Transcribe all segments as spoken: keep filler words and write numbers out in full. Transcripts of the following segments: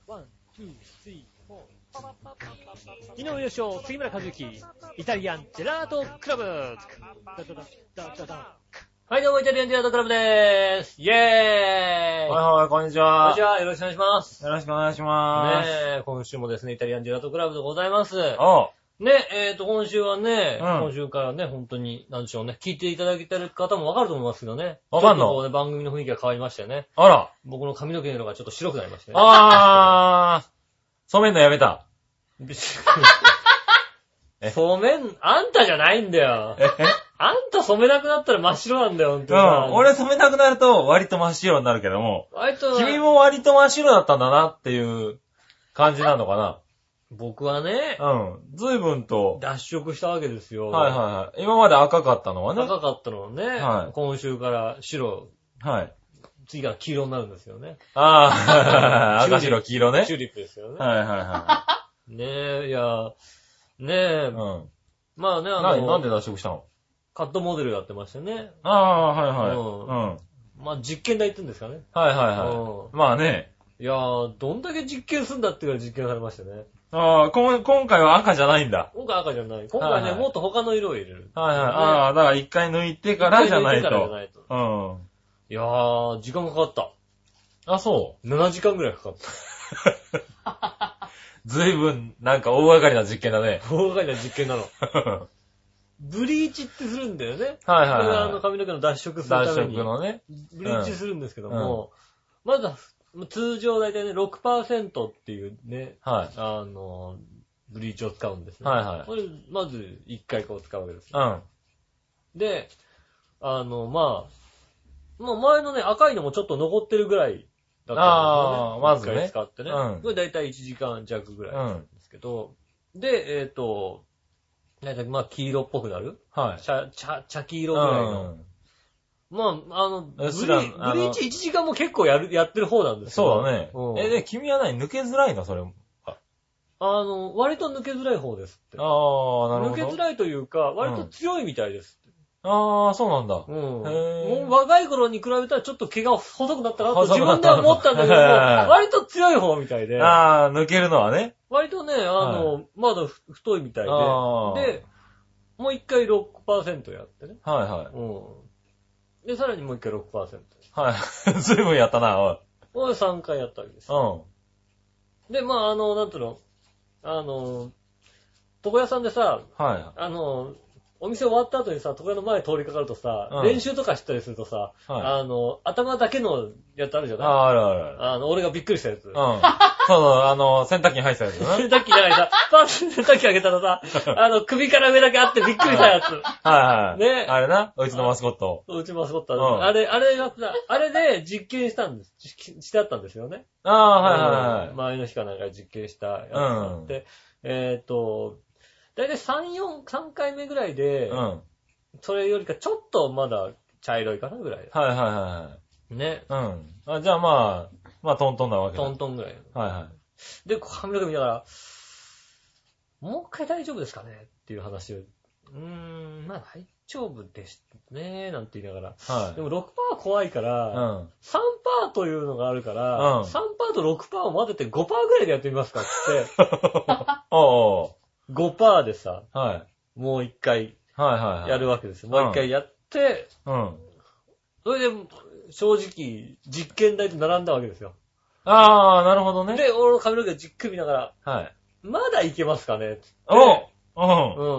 ワン、ツー、スリー、フォー。井上芳雄、杉村和之、イタリアンジェラートクラブ。はい、どうも、イタリアンジェラートクラブでーす。イェーイ。 はいはい、こんにちは。 こんにちは、よろしくお願いします。 よろしくお願いします。 ねえ、今週もですね、イタリアンジェラートクラブでございます。 おう。 ね、えーと、今週はね、 うん、 今週からね、本当に、なんでしょうね、聞いていただけてる方もわかると思いますけどね。 わかんの？ ちょっとこうね、番組の雰囲気が変わりましてね。 あら。 僕の髪の毛の色がちょっと白くなりましてね。 あー、染めんのやめた。 染めん、あんたじゃないんだよ。 えあんた染めなくなったら真っ白なんだよ、ほんとに。 うん、俺染めなくなると割と真っ白になるけども、 割と君も割と真っ白だったんだなっていう感じなのかな。 僕はね、 うん、随分と。 脱色したわけですよ。 はいはいはい。今まで赤かったのはね。 赤かったのね、はい、今週から白。はい。次が黄色になるんですよね。 ああ、赤白黄色ね。 チューリップですよね。 はいはいはい。 ねえ、いや、ねえ、うん。まあね、あの、 何、なんで脱色したの？ カットモデルやってましてね。 ああ、はいはい。うん。うん、 まあ実験台って言うんですかね。 はいはいはい。うん、まあね。 いやー、どんだけ実験すんだっていうから実験されましたね。 ああ、今回は赤じゃないんだ。 今回赤じゃない。今回ね、はいはい、もっと他の色を入れる。 はいはい。ああ、だから一回抜いてからじゃないと。一回抜いてからじゃないと。うん。 いやー、時間かかった。 あ、そう。 ななじかんぐらいかかった。 ずいぶん、なんか大掛かりな実験だね。 大掛かりな実験なの。ブリーチってするんだよね。 はいはいはい。 これがあの髪の毛の脱色するために。 脱色のね。 ブリーチするんですけども、うん、まずは、通常大体ね、ろくパーセント っていうね、はい。あの、ブリーチを使うんですね。はいはい。これ、まずいっかいこう使うわけです。うん。で、あの、まあ、もう前のね、赤いのもちょっと残ってるぐらいだったんですよね。ああ、まずね。いっかい使ってね。うん。これ大体いちじかん弱ぐらいなんですけど、うん、で、えっ、ー、と、大体まあ黄色っぽくなる。はい。茶、茶、茶黄色ぐらいの。うん、まあ、あの、ブリーチいちじかんも結構やる、やってる方なんですよ。 そうだね。うん、え、で、君は何抜けづらいのそれも。 あの、割と抜けづらい方ですって。ああ、なるほど。抜けづらいというか、割と強いみたいですって。うん、ああ、そうなんだ。うん。へもう若い頃に比べたらちょっと毛が細くなったなと自分では思ったんだけども、割と強い方みたいで。ああ、抜けるのはね。割とね、あの、はい、まだ太いみたいで。で、もう一回 ろくパーセント やってね。はいはい。うん。で、さらにもう一回 ろくパーセント。はい。ずいぶんやったな、おい。これさんかいやったわけです。うん。で、まあ、あの、なんていうの、あの、床屋さんでさ、はい。あの、お店終わった後にさ、床屋の前通りかかるとさ、うん、練習とかしたりするとさ、はい、あの、頭だけのやつあるじゃない？あ、あるあるある。あの、俺がびっくりしたやつ。うん。そうそう、あの、洗濯機に入ってたやつだね。洗濯機じゃないさ、パーツ洗濯機開けたらさ、あの、首から上だけあってびっくりしたやつ。はいはい。ね。あれな、うちのマスコット。うちのマスコット。うん、あれ、あれがさ、あれで実験したんです、してあったんですよね。ああ、はいはいはい。前の日かなんか実験したやつがあって、うん、えっと、だいたいさん、よん、さんかいめぐらいで、うん。それよりかちょっとまだ茶色いかなぐらい。はいはいはい。ね。うん。あ、じゃあまあ、まあトントンなわけだ。トントンぐらい。はいはい。で、髪の毛見ながら、もう一回大丈夫ですかねっていう話を。うーん、まあ大丈夫ですね、なんて言いながら。はい。でも ろくパーセント 怖いから、うん。さんパーセント というのがあるから、うん。さんパーセント と ろくパーセント を混ぜて ごパーセント ぐらいでやってみますかって。おう。ごパーセント でさ、はい。もう一回、はいはいはい。やるわけですよ。もう一回やって、うん。それで、正直、実験台と並んだわけですよ。ああ、なるほどね。で、俺の髪の毛をじっくり見ながら、はい。まだいけますかねって。おううん。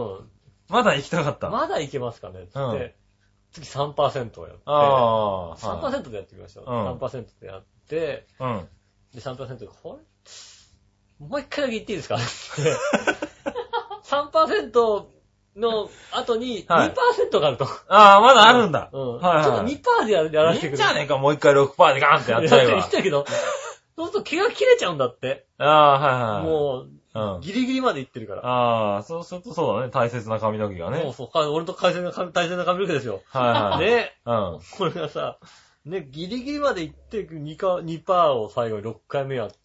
うん。まだ行きたかった。まだいけますかねって。うん、次 さんパーセント をやって、ああ、さんパーセント でやってみました。うん、さんパーセント でやって、うん。で、さんパーセント で、これ、もう一回だけ言っていいですかさんパーセント の後に にパーセント があると。ああ、まだあるんだ。うん。はいはい、ちょっと にパーセント で や, やらせてくれ。いいんじゃねえか、もう一回 ろくパーセント でガーンってやっちゃえば。言ったけど、そうすると毛が切れちゃうんだって。ああ、はいはい。もう、うん、ギリギリまで行ってるから。ああ、そうするとそうだね。大切な髪の毛がね。そうそう。俺と大切な髪、大切な髪の毛ですよ。はいはい。ね。うん。これがさ、ね、ギリギリまで行ってにパーセント を最後にろっかいめやって、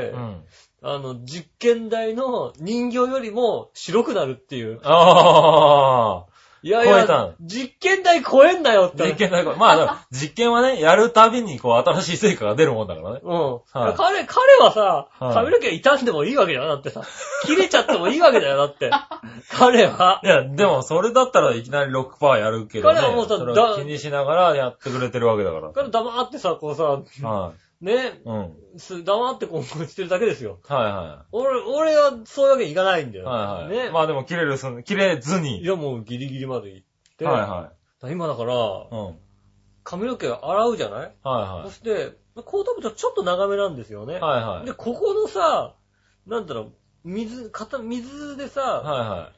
うん。あの、実験台の人形よりも白くなるっていう。ああ。 いやいや、超えた実験台超えんなよって。 実験台超え、まあ、実験はね、やるたびにこう、新しい成果が出るもんだからね。 うん。はい、彼、彼はさ、はい、髪の毛傷んでもいいわけだよ。だってさ、切れちゃってもいいわけだよ。だって。彼は。 いや、でも、それだったらいきなり ろくパーセント やるけどね。彼はもうさ、それは気にしながらやってくれてるわけだから。 彼黙ってさ、こうさ、はい。ね、うん。黙ってこうしてるだけですよ。 はいはい。 俺、俺はそういうわけにいかないんだよ。 はいはい。ね。まあでも切れる、切れずに。 いやもうギリギリまで行って。 はいはい。 今だから、うん。髪の毛洗うじゃない？ はいはい。 そして、後頭部とちょっと長めなんですよね。 はいはい。 で、ここのさ、なんだろう、水、型、水でさ、 はいはい。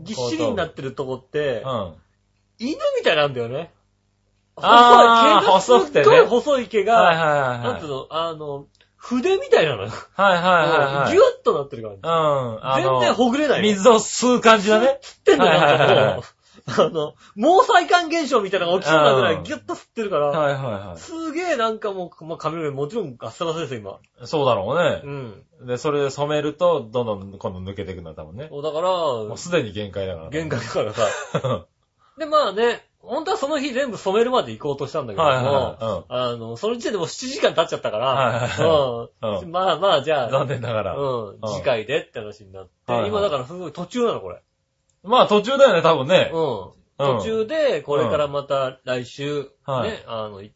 ぎっしりになってるとこって、 うん。 犬みたいなんだよね。 ああ、細くてね。すっごい細い毛が、 はいはいはい。 なんつうの、あの、筆みたいなのよ。 はいはいはい。 ギュッとなってる感じ。 うん。 全然ほぐれない。 水を吸う感じだね。 吸ってんのなんかこう。あの、毛細管現象みたいなのが起きそうなぐらいギュッと吸ってるから。 はいはいはい。 すげえなんかもう、まあ、髪の毛もちろんガッサガサですよ、今。 そうだろうね。 うん。 で、それで染めると、どんどん今度抜けていくんだったもんね。 そうだから、もうすでに限界だから。 限界だからさ。で、まあね、本当はその日全部染めるまで行こうとしたんだけども、はいはいはい、うん、あの、その時点でもうしちじかん経っちゃったから、はいはいはい、うん、まあまあじゃあ、 残念ながら。 うん、次回でって話になって、はいはい、今だからすごい途中なのこれ。 まあ途中だよね、多分ね。 うん。途中で、これからまた来週、うん、ね、あの、行って、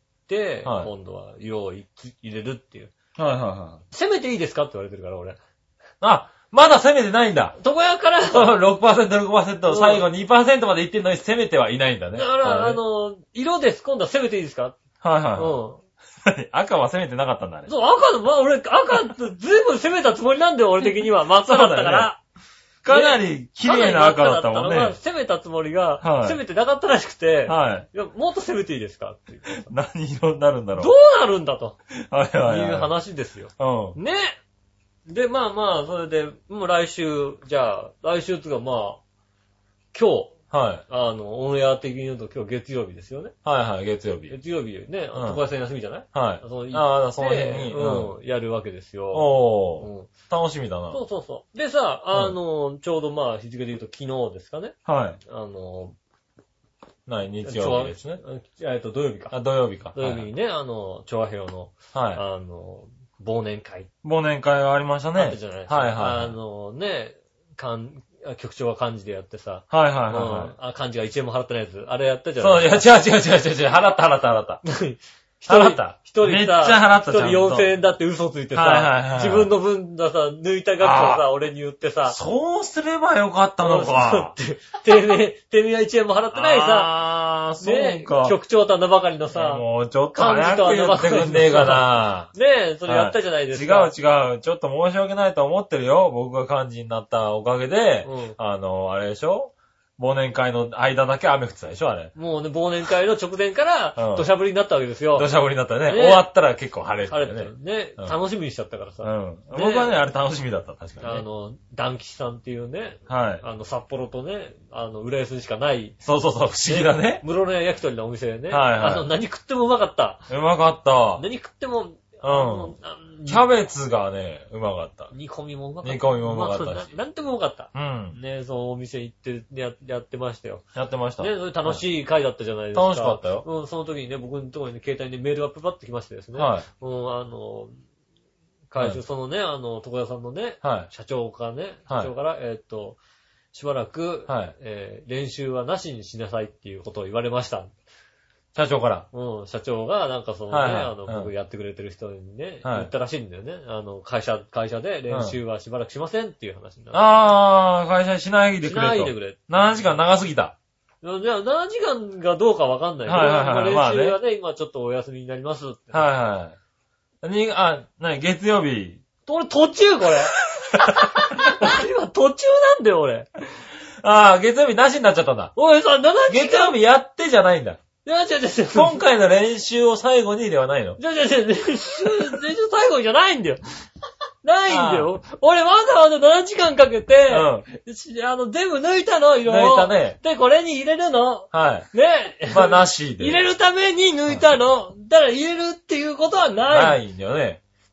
はい、今度は色を入れるっていう。 はいはいはい。 攻めていいですかって言われてるから、俺。 あ、まだ攻めてないんだ。 床屋から、 ろくパーセント、ろくパーセント、最後 にパーセント まで行ってんのに攻めてはいないんだね。 だから、はい、あの、色です。今度は攻めていいですか？ はいはい。うん。赤は攻めてなかったんだね。 そう、赤の、まあ俺、赤ってずいぶん攻めたつもりなんだよ、俺的には。真っ赤だったから。 かなり綺麗な赤だったもんね。 攻めたつもりが、はい、攻めてなかったらしくて、はい。いや、もっと攻めていいですかっていう。 何色になるんだろう。 どうなるんだと。 はいはい、はい。 いう話ですよ。 うん。 ね。で、まあまあ、それで、もう来週、じゃあ、来週つうかまあ、今日、はい。あの、オンエア的に言うと今日月曜日ですよね。 はいはい、月曜日。 月曜日ね、うん、床屋さん休みじゃない？ はい。 そのああ、その日に、 うん、やるわけですよ。 おー。うん、楽しみだな。 そうそうそう。でさ、あの、うん、ちょうどまあ、日付で言うと昨日ですかね。 はい。 あの、 ない、日曜日ですね。 えっと、土曜日か。 あ、土曜日か。 土曜日にね、はい、あの、調和平の、はい。あの、忘年会。 忘年会がありましたね。 あったじゃないですか。 はいはい。 あのね、かん、局長が幹事でやってさ。 はいはいはい、はい。 あ、幹事がいちえんも払ってないやつ。あれやったじゃないですか。そう、いや、違う違う違う違う違う。払った払った払った。一人、一人さ、 めっちゃ払った。一人よんせんえんだって嘘ついてさ、はいはいはい、自分の分ださ、抜いた額をさ、俺に言ってさ。 そうすればよかったのか。 てめえ、てめえはいちえんも払ってないさ。 ああ、そうか、 ね。局長とあんなばかりのさ。 もうちょっと早く言ってくんねえかな。 ねえ、それやったじゃないですか。 はい、違う違う。ちょっと申し訳ないと思ってるよ。僕が幹事になったおかげで、うん、あの、あれでしょ？忘年会の間だけ雨降ってたでしょあれ。 もうね、忘年会の直前から、土砂降りになったわけですよ。 土砂降りになったね。ね、終わったら結構晴れてたね。 晴れてね、うん。楽しみにしちゃったからさ。 うん。僕はね、あれ楽しみだった、確かに、ね。 あの、団吉さんっていうね。 はい。 あの、札幌とね、あの、浦安にしかない。 そうそうそう、不思議だね。 室根焼き鳥のお店でね。 はいはい。 あの、何食ってもうまかった。 うまかった。 何食っても、 うん。キャベツがね、うまかった。 煮込みもうまかった。 煮込みもうまかったし。 なんともうまかった。 うん。 ね、そのお店行ってや、やってましたよ。 やってました。 ね、それ楽しい回だったじゃないですか。 楽しかったよ。 うん、その時にね、僕のところに、ね、携帯にメールがパパってきましてですね。はい。うん、あの、会社、そのね、あの、床屋さんのね、はい。社長からね、社長から、はい、えー、っと、しばらく、はい。えー、練習はなしにしなさいっていうことを言われました。 社長から。 うん、社長が、なんかそのね、はいはい、あの、僕やってくれてる人にね、はい、言ったらしいんだよね。あの、会社、会社で練習はしばらくしませんっていう話になる。 あー、会社しないでくれと。しないでくれ。 ななじかん長すぎた。 いや、ななじかんがどうかわかんないけど、はいはいはい、練習はね、まあね、今ちょっとお休みになりますって。 はいはい。に、あ、なに、月曜日。 俺途中これ。今途中なんだよ、俺。 あー、月曜日なしになっちゃったんだ。 おいさ、ななじかん。 月曜日やってじゃないんだ。 いや、違う違う違う。 今回の練習を最後にではないの？ 違う違う違う。練習、練習最後じゃないんだよ。ないんだよ。俺わざわざななじかんかけて、うん、あの、全部抜いたの、色を。 抜いたね。 で、これに入れるの。 はい。 ね。 まあ、なしで。 入れるために抜いたの。だから入れるっていうことはない。 ないんだよね。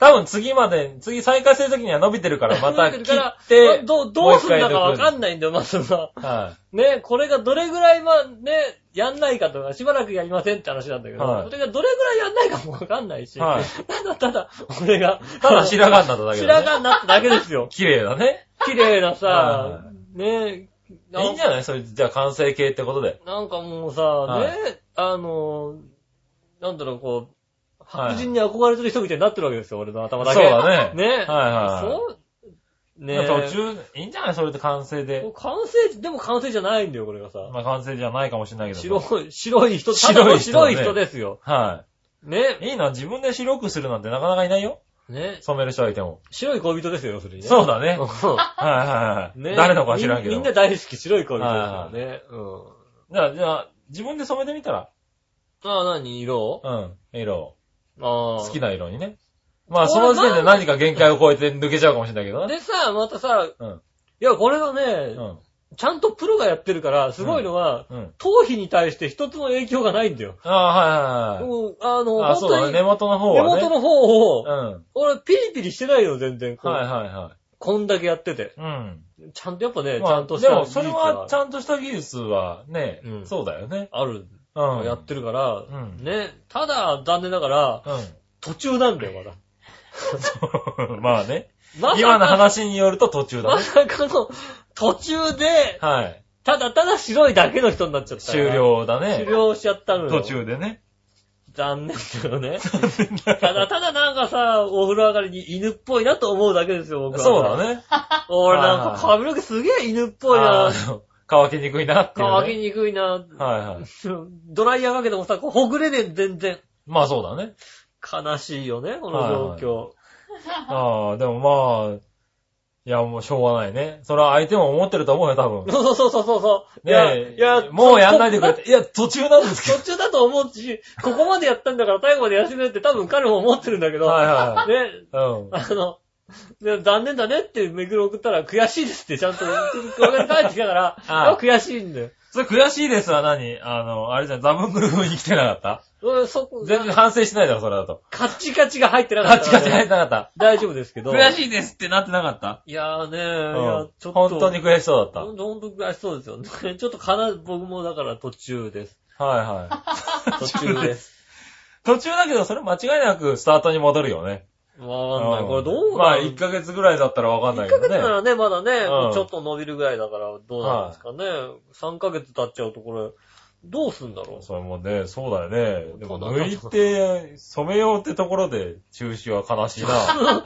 多分次まで、次再開するときには伸びてるからまた切って、 どう、どうするんだかわかんないんだよ、まずは。はい。ね、これがどれぐらいまあね、やんないかとか、しばらくやりませんって話なんだけど、はい、それがどれぐらいやんないかもわかんないし、はい、ただただ、俺が、 ただ白髪になっただけだ、ね。 白髪になっただけですよ。 綺麗だね。 綺麗なさ、はい、ね、 いいんじゃないそれ、じゃあ完成形ってことで。 なんかもうさ、はい、ね、あの、なんだろう、こう、白人に憧れてる人みたいになってるわけですよ、俺の頭だけ。 そうだね。 ね。 はいはい。 そうねえ。途中、いいんじゃないそれって完成で。 完成、でも完成じゃないんだよ、これがさ。 まあ完成じゃないかもしれないけど。 白い、白い人、ただの白い人ですよ。 はい。 ね。 いいな、自分で白くするなんてなかなかいないよ。ね。染める人がいても。 白い恋人ですよ、要するにね。 そうだね。はいはいはい。ね。誰のか知らんけど。 みんな大好き、白い恋人ですよね。うん。 じゃあ、じゃあ、自分で染めてみたら。 ああ、何色うん、色。 あ好きな色にね。まあ、その時点で何か限界を超えて抜けちゃうかもしれないけどね。でさ、またさ、うん、いや、これはね、うん、ちゃんとプロがやってるから、すごいのは、うんうん、頭皮に対して一つも影響がないんだよ。 ああ、はいはいはい。もう、 あの、 あ、本当に、ね、根元の方は、 ね。根元の方を、うん、俺、ピリピリしてないよ、全然。 はいはいはい。 こんだけやってて。 うん。 ちゃんとやっぱね、 まあ、 ちゃんとした技術は。でも、それは、ちゃんとした技術はね、うん、そうだよね。 ある。うん。やってるから、うん、ね。ただ、残念ながら、うん、途中なんだよ、まだ。 まあね。ま今の話によると途中だね。 まさかの、途中で、はい。ただただ白いだけの人になっちゃった。 終了だね。 終了しちゃったのよ。 途中でね。 残念だよね。ただただなんかさ、お風呂上がりに犬っぽいなと思うだけですよ、僕は。 そうだね。 俺なんか髪の毛すげえ犬っぽいな。 乾きにくいなっていう、ね。 乾きにくいな。はいはい。ドライヤーかけてもさ、ほぐれねえ、全然。 まあそうだね。 悲しいよね、この状況。はいはい、 ああ、でもまあ、いやもうしょうがないね。それは相手も思ってると思うよ、多分。 そうそうそうそう。 ねえ、いや、いやもうやんないでくれって。いや、途中なんですけど。 途中だと思うし、ここまでやったんだから最後までやらせてくれって多分彼も思ってるんだけど。 はいはい。 ね。うん。あの、残念だねってメール送ったら悔しいですってちゃんと返ってきたから、あ悔しいんだよ。 それ悔しいですは何あの、あれじゃん、ザブングル風に来てなかったうん、そこ。 全然反省しないだろ、それだと。 カッチカチが入ってなかった、 ね。カッチカチ入ってなかった。 大丈夫ですけど。 悔しいですってなってなかったいやーねー、うん、いや、ちょっと。 本当に悔しそうだった。 本当、本当悔しそうですよね。ちょっとかな、僕もだから途中です。 はいはい。 途中です。 途中だけど、それ間違いなくスタートに戻るよね。 わかんない。これどうなの？ まあ、いっかげつぐらいだったらわかんないけどね。 いっかげつならね、まだね、うん、ちょっと伸びるぐらいだからどうなんですかね。はい、さんかげつ経っちゃうとこれ、どうすんだろう。 それもね、そうだよね。でも、抜いて、染めようってところで中止は悲しいな。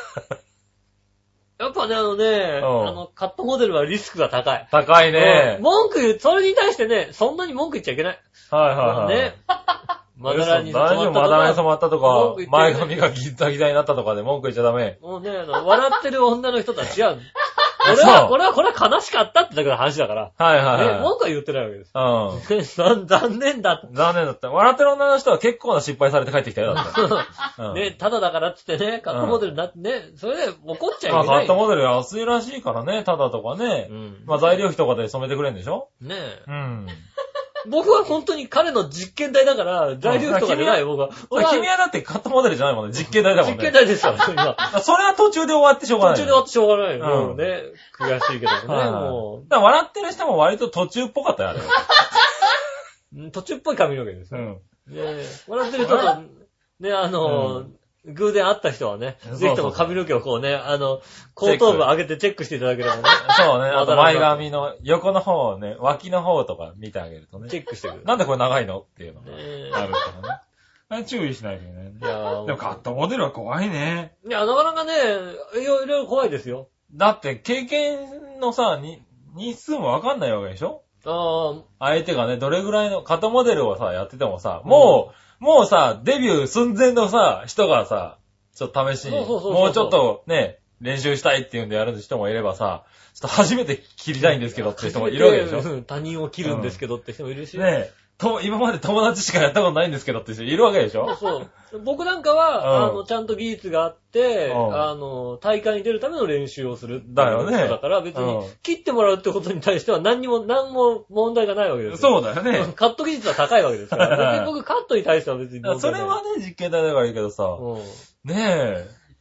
やっぱね、あのね、うん、あの、カットモデルはリスクが高い。 高いね。 うん、文句言う、それに対してね、そんなに文句言っちゃいけない。 はいはいはい。 ね。まだらに染まったとか。大丈夫、まだらに染まったとか、前髪がギッタギタになったとかで文句言っちゃダメ。 もうね、あの、笑ってる女の人とは違う。俺は、これは、これは悲しかったってだけの話だから。 はいはいはい。 ね、文句は言ってないわけです。 うん。 残念だって。 残念だった。笑ってる女の人は結構な失敗されて帰ってきたよ、だって。 うん、ね、ただだからって言ってね、カットモデルになってね、それで怒っちゃいけない。まあ、 カットモデル安いらしいからね、ただとかね。うん、まあ、材料費とかで染めてくれんでしょねえ。 うん。 僕は本当に彼の実験台だから、材料費とかじゃないよ、僕は。 君はだってカットモデルじゃないもんね。実験台だもんね。 実験台ですよ、今。 それは途中で終わってしょうがない。 途中で終わってしょうがないよ。もうね。悔しいけどね、もう。 だから笑ってる人も割と途中っぽかったよ、あれ。途中っぽい髪の毛です。うん。ね笑ってる人と、ね、あの、偶然会った人はね、ぜひとも髪の毛をこうね、あの、後頭部上げてチェックしていただければね。 そうね、あと前髪の横の方をね、脇の方とか見てあげるとね。 チェックしてくる。 なんでこれ長いのっていうのがあるからね。注意しないといけないね。いやでもカットモデルは怖いね。 いや、なかなかね、いろいろ怖いですよ。 だって経験のさ、に、日数もわかんないわけでしょ？ああ。相手がね、どれぐらいの、カットモデルをさ、やっててもさ、もう、うんもうさ、デビュー寸前のさ、人がさ、ちょっと試しに、もうちょっとね、練習したいっていうんでやる人もいればさ、ちょっと初めて切りたいんですけどって人もいるわけでしょ。 他人を切るんですけどって人もいるし。 うん、ねと、今まで友達しかやったことないんですけどって人いるわけでしょ。 そうそう。僕なんかは、うん、あの、ちゃんと技術があって、うん、あの、大会に出るための練習をするだよね。 だから別に、切ってもらうってことに対しては何にも、何も問題がないわけですよ。そうだよね。 カット技術は高いわけですから。別に僕カットに対しては別に問題ない。 それはね、実験台だからいいけどさ、うん、ねえ。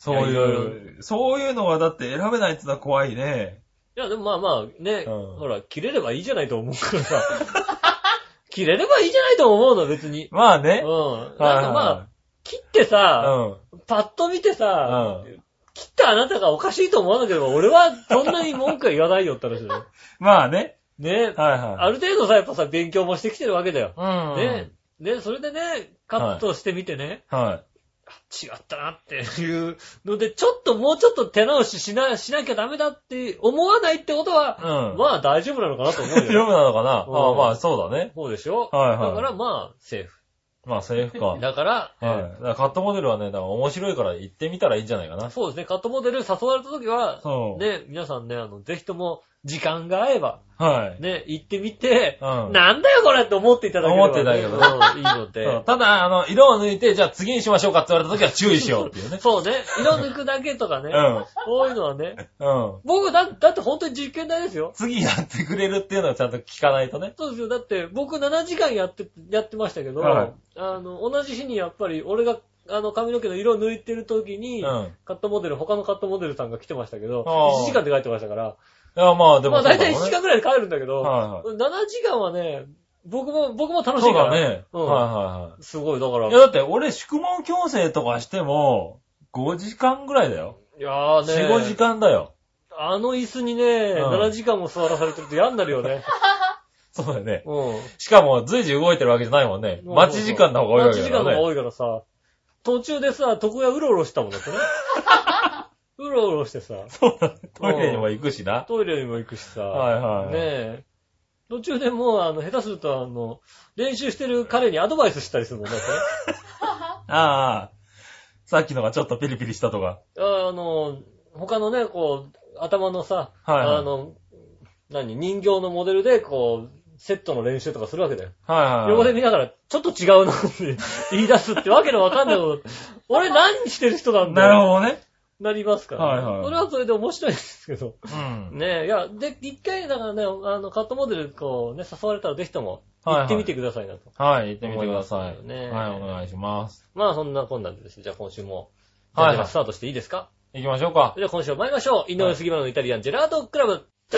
そういう、そういうのはだって選べないってのは怖いね。 いや、でもまあまあね、うん、ほら、切れればいいじゃないと思うからさ。切れればいいじゃないと思うの、別に。 まあね。 うん。なんかまあ、切ってさ、うん、パッと見てさ、うん、切ったあなたがおかしいと思わなければ、俺はそんなに文句は言わないよって話だよ。 まあね。 ね、はいはい。ある程度さ、やっぱさ、勉強もしてきてるわけだよ。うん。ね。ね、それでね、カットしてみてね。はい。はい違ったなっていうので、ちょっともうちょっと手直ししな、しなきゃダメだって思わないってことは、うん、まあ大丈夫なのかなと思うよ。 大丈夫なのかな、うん、ああまあそうだね。 そうでしょはいはい。だからまあ、セーフ。 まあセーフか。 だから、 はい。だからカットモデルはね、だから面白いから行ってみたらいいんじゃないかな。 そうですね、カットモデル誘われた時は、そう。ね、皆さんね、あの、ぜひとも、時間が合えば、はい。ね、行ってみて、うん、なんだよこれって思っていただければ、ね。思っていただければ、いいので。 ただ、あの、色を抜いて、じゃあ次にしましょうかって言われた時は注意しようっていうね。 そうね。色抜くだけとかね。うん。こういうのはね。うん。僕だ、だって本当に実験台ですよ。 次やってくれるっていうのはちゃんと聞かないとね。 そうですよ。だって、僕ななじかんやって、やってましたけど、はい、あの、同じ日にやっぱり、俺が、あの、髪の毛の色を抜いてる時に、うん、カットモデル、他のカットモデルさんが来てましたけど、いちじかんで帰ってましたから、いや、まあでも、ね。まあ大体いちじかんくらいで帰るんだけど、はいはい、ななじかんはね、僕も、僕も楽しいから。 そうだね。うん。はいはいはい。 すごい、だから。 いやだって俺宿問矯正とかしても、ごじかんぐらいだよ。 いやーね。 よん、ごじかんだよ。 あの椅子にね、うん、ななじかんも座らされてると嫌になるよね。 そうだよね。うん。しかも随時動いてるわけじゃないもんね。待ち時間の方が多いわけだからね。待ち時間の方が多いからさ、途中でさ、床屋うろうろしたもんだってね。うろうろしてさ。 そうだね。トイレにも行くしな。 トイレにも行くしさ。はいはい。ねえ。途中でもう、あの、下手すると、あの、練習してる彼にアドバイスしたりするもんだって。 ああ。さっきのがちょっとピリピリしたとか。 あ, あの、他のね、こう、頭のさ、はいはい、あの、何、人形のモデルで、こう、セットの練習とかするわけだよ。はいはい、はい。横で見ながら、ちょっと違うなって言い出すってわけのわかんないこと。俺何してる人なんだよ。 なるほどね。 なりますから、ね。はいはい。それはそれで面白いですけど。うん。ねえ、いや、で、一回だからね、あの、カットモデル、こうね、誘われたらぜひとも、行ってみてくださいなと。 はい、はい、行ってみてください。ね、はい、お願いします。 まあ、そんなこんなんでですね、じゃあ今週も、はい、じゃあスタートしていいですか？ 行きましょうか。 じゃあ今週参りましょう。井上杉村のイタリアンジェラートクラブ。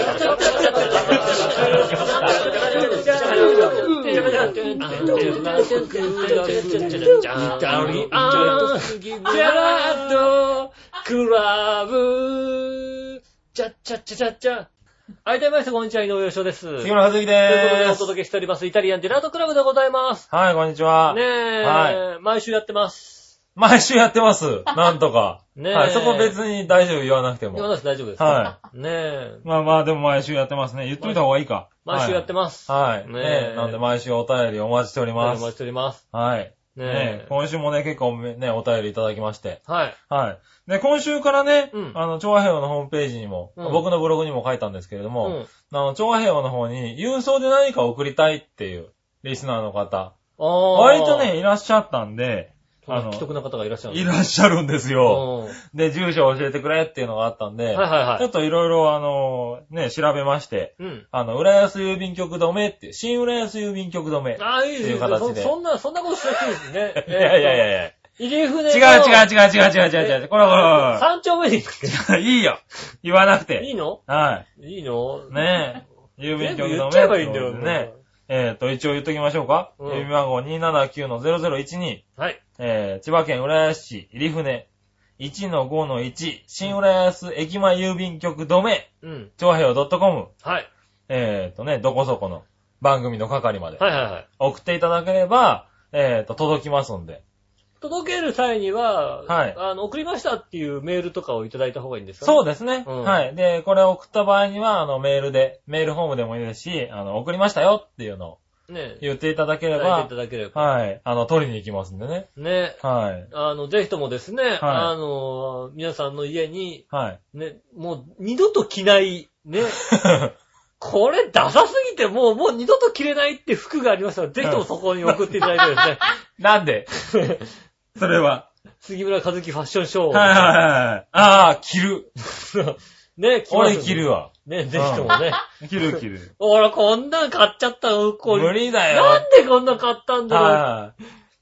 はい、どうもみなさん、こんにちは、井上芳雄です。 杉村和之でーす。 ということでお届けしております、イタリアンジェラートクラブでございます。 はい、こんにちは。 ねえ、はい、毎週やってます。 毎週やってます。なんとか。ねえ。はい、そこ別に大丈夫言わなくても。 言わなくて大丈夫です。 はい。 ねえ。 まあまあ、でも毎週やってますね。言っといた方がいいか。 毎週やってます。 はい。ねえ。なんで毎週お便りお待ちしております。 お待ちしております。 はい。ねえ。今週もね、結構ね、お便りいただきまして。はい。はい。で、今週からね、うん、あの、調和平和のホームページにも、うん、僕のブログにも書いたんですけれども、うん、あの、調和平和の方に、郵送で何か送りたいっていう、リスナーの方、割とね、いらっしゃったんで、 あの、既得な方がいらっしゃるいらっしゃるんですよ。で、住所を教えてくれっていうのがあったんで、はいはいはい、ちょっといろいろあの、ね、調べまして、うん、あの、浦安郵便局止めっていう、新浦安郵便局止めっていう形で。 そ, そんな、そんなことしなくていいですね。 いやいやいやいや。 入船の。 違う違う違う違う違う違う違う。これはこれ。 三丁目に行く。いいよ。言わなくて。 いいの？ はい。 いいの？ ねえ。郵便局止め。 言っちゃえばいいんだよね。 えっと、一応言っときましょうか。うん、郵便番号 にーななきゅうのゼロゼロいちに。はい。えー、千葉県浦安市入船 いちのごのいち 新浦安駅前郵便局止め。うん。調和平和 .com。はい。えっとね、どこそこの番組の係まで。はいはいはい。送っていただければ、えっと、届きますんで。 届ける際には、はい。あの、送りましたっていうメールとかをいただいた方がいいんですかね？ そうですね。うん、はい。で、これを送った場合には、あの、メールで、メールフォームでもいいですし、あの、送りましたよっていうのを、ね。言っていただければ、 言っていただければ。 はい。あの、取りに行きますんでね。 ね。はい。あの、ぜひともですね、はい、あの、皆さんの家に、はい。ね、もう、二度と着ない、ね。これダサすぎてもう、もう二度と着れないって服がありましたら、ぜひともそこに送っていただいてですね。 なんでそれは。 杉村和樹ファッションショー。 はいはいはい。ああ、着る。 ね、 着る。俺着るわ。 ね、ぜひともね。 着る着る。 俺こんなん買っちゃったの、これ。無理だよ。 なんでこんな買ったんだろう。 はい。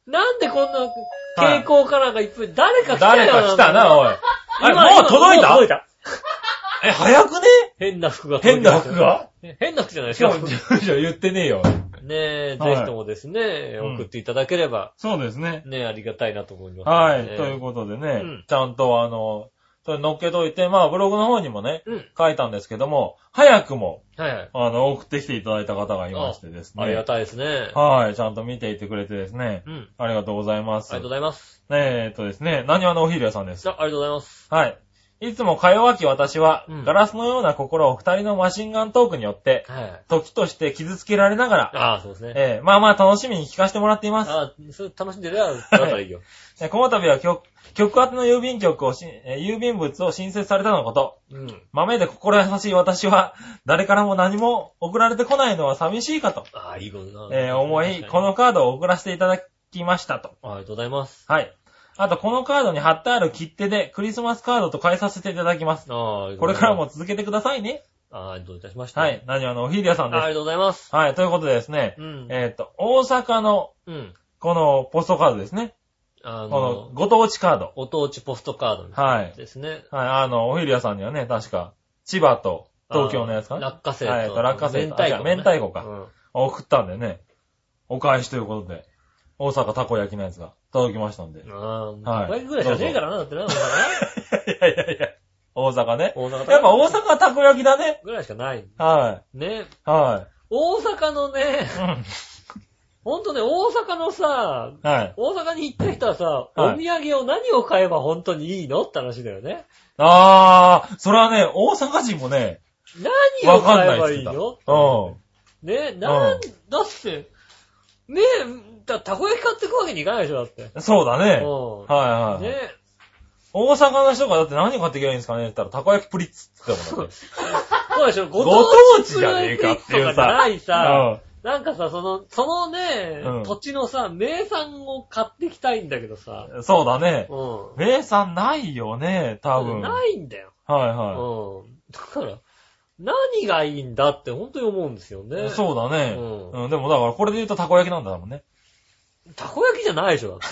なんでこんな傾向からがいっぱい、誰か来たよ。 誰か来たな、おい。あれ、もう届いた届いた。 え、早くね変な服が届いた。変な服が変な服じゃないですか。 じゃあ言ってねえよ。 ねえ、ぜひともですね、送っていただければ。 そうですね。 ねえ、ありがたいなと思います。 はい。ということでね、ちゃんとあの、それ乗っけといて、まあブログの方にもね、書いたんですけども、早くも、はいはい、あの、送ってきていただいた方がいましてですね。 ありがたいですね。 はい。ちゃんと見ていてくれてですね。うん。ありがとうございます。 ありがとうございます。 ねえ、えっとですね、何話のおひるやさんです。 あ、ありがとうございます。 はい。いつもか弱き私は、うん、ガラスのような心を二人のマシンガントークによって、はい、時として傷つけられながら、 ああ、そうですね。 えー、まあまあ楽しみに聞かせてもらっています。 ああ、それ楽しんでるやだったらいいよ。 この度は局、局宛の郵便局をし、えー、郵便物を新設されたのこと、うん、豆で心優しい私は、誰からも何も送られてこないのは寂しいかと、 ああ、いいことだな。 えー、思い、このカードを送らせていただきましたと。 ありがとうございます。 はい。あと、このカードに貼ってある切手でクリスマスカードと変えさせていただきます。ああ、これからも続けてくださいね。 ああ、どういたしました。 はい。何話のおひりやさんです。 ありがとうございます。 はい。ということでですね。うん、えっと、大阪の、うん、このポストカードですね。あの、このご当地カード。 ご当地ポストカードですね。 はい。はい。あの、おひりやさんにはね、確か、千葉と東京のやつかな。 落花生と。 はい。落花生と。明太子、ね。明太子か。うん、送ったんでね。お返しということで。大阪たこ焼きのやつが届きましたんで。 ああ、たこ焼きぐらいしかねえからな、だってな、大阪ね。 いやいやいや、大阪ね。大阪やっぱ大阪はたこ焼きだね。 ぐらいしかない。 はい。 ね。 はい。 大阪のね、うん、ほんとね、大阪のさ、はい、大阪に行った人はさ、はい、お土産を何を買えば本当にいいのって話だよね。 あー、それはね、大阪人もね、 何を買えばいいのうん。 ね、なん、だって、ねえ、だたこ焼き買ってくわけにいかないでしょ、だって。 そうだね。うん。はいはい。ねえ。大阪の人がだって何買ってきゃいいんですかねって言ったら、たこ焼きプリッツって言ったもんだって。 そうでしょ、 ご当地じゃねえかっていうさ。 じゃないさ、うん、なんかさ、その、そのね、うん、土地のさ、名産を買ってきたいんだけどさ。 そうだね。うん。名産ないよね、多分。 ないんだよ。 はいはい。 うん。だから、何がいいんだって本当に思うんですよね。 そうだね。うん。うん、でもだからこれで言うとたこ焼きなんだもんね。 たこ焼きじゃないでしょ、だって。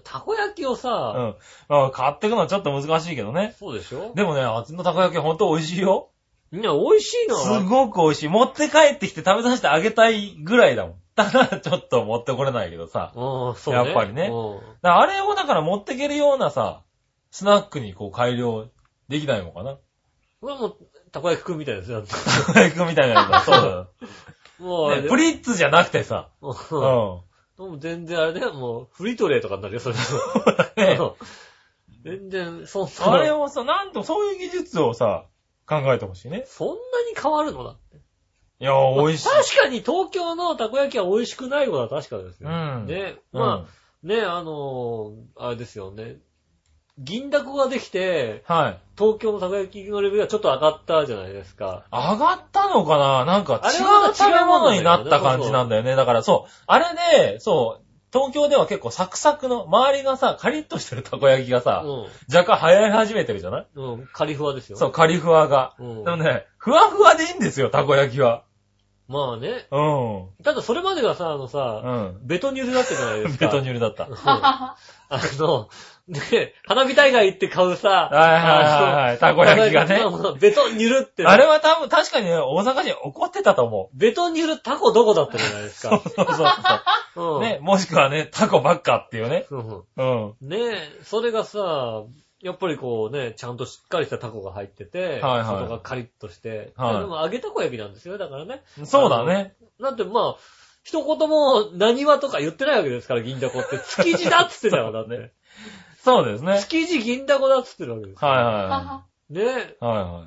たこ焼きをさ、 うん。まあ、買ってくのはちょっと難しいけどね。 そうでしょ。 でもね、あっちのたこ焼きほんと美味しいよ。 いや、美味しいのすごく美味しい。持って帰ってきて食べさせてあげたいぐらいだもん。ただ、ちょっと持ってこれないけどさ。 うん、そうね。 やっぱりね。うん。だからあれをだから持ってけるようなさ、スナックにこう改良できないのかな。 これはもう、たこ焼きくんみたいですよ。たこ焼きくんみたいなやつだ。そうだよ。 もう、 ね、プリッツじゃなくてさ。 うん。もう全然あれだよ、もう、フリトレーとかになるよ、それ。ね、全然、そんな。 あれをさ、なんとそういう技術をさ、考えてほしいね。 そんなに変わるのだって。 いや、美味しい。 確かに東京のたこ焼きは美味しくないのは確かですよ。うん。ね。まあ、うん、ね、あのー、あれですよね。銀だこができて、はい。東京のたこ焼きのレベルがちょっと上がったじゃないですか。 上がったのかななんか違う食べ物になった感じなんだよね。だからそう、あれで、そう、東京では結構サクサクの、周りがさ、カリッとしてるたこ焼きがさ、うん、若干流行り始めてるじゃない？ うん、カリフワですよ。 そう、カリフワが。うん、でもね、ふわふわでいいんですよ、たこ焼きは。 まあね。 うん。 ただそれまでがさ、あのさ、うん、ベトニュルだったじゃないですか。 ベトニュルだった。 あの、で、花火大会行って買うさ、 はいはいはいはい、たこ焼きがね。 ベトニュルって。 あれは多分確かにね、大阪人怒ってたと思う。ベトニュルタコどこだったじゃないですか。 そうそうそう。うん、ね、もしくはね、タコばっかっていうね。うん。うん。 ねえ、それがさ、やっぱりこうね、ちゃんとしっかりしたタコが入ってて、はいはい、外がカリッとして、はい、でも揚げたこ焼きなんですよ、だからね。 そうだね。 なんてまあ、一言も何はとか言ってないわけですから、銀だこって。築地だっつってたよ、だって。 そうですね。 築地銀だこだっつってるわけですよ。はいはいはい。 ね。 はいはい。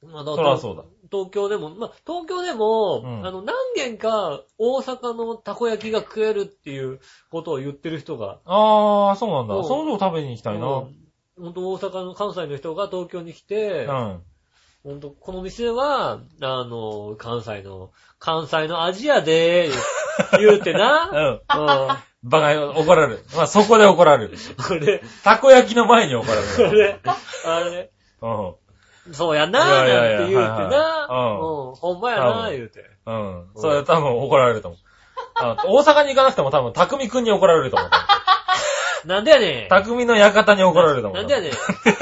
まあ、 そりゃそうだ。 東京でも、まあ、東京でも、うん、あの、何軒か大阪のたこ焼きが食えるっていうことを言ってる人が。 ああ、そうなんだ。そういうのを食べに行きたいな。ほんと大阪の関西の人が東京に来て、うん。ほんと、この店は、あの、関西の、関西のアジアで、言うてな。うん。うん。 バカ、怒られる。まあ、そこで怒られる。 これ。 たこ焼きの前に怒られる。 これ。あれ。うん。そうやなーなんて言うてな。うん。ほんまやなー言うて。 うん。それ多分怒られると思う。 大阪に行かなくても多分、匠くんに怒られると思う。 なんでやねん。 匠の館に怒られると思う。 なんでやねん。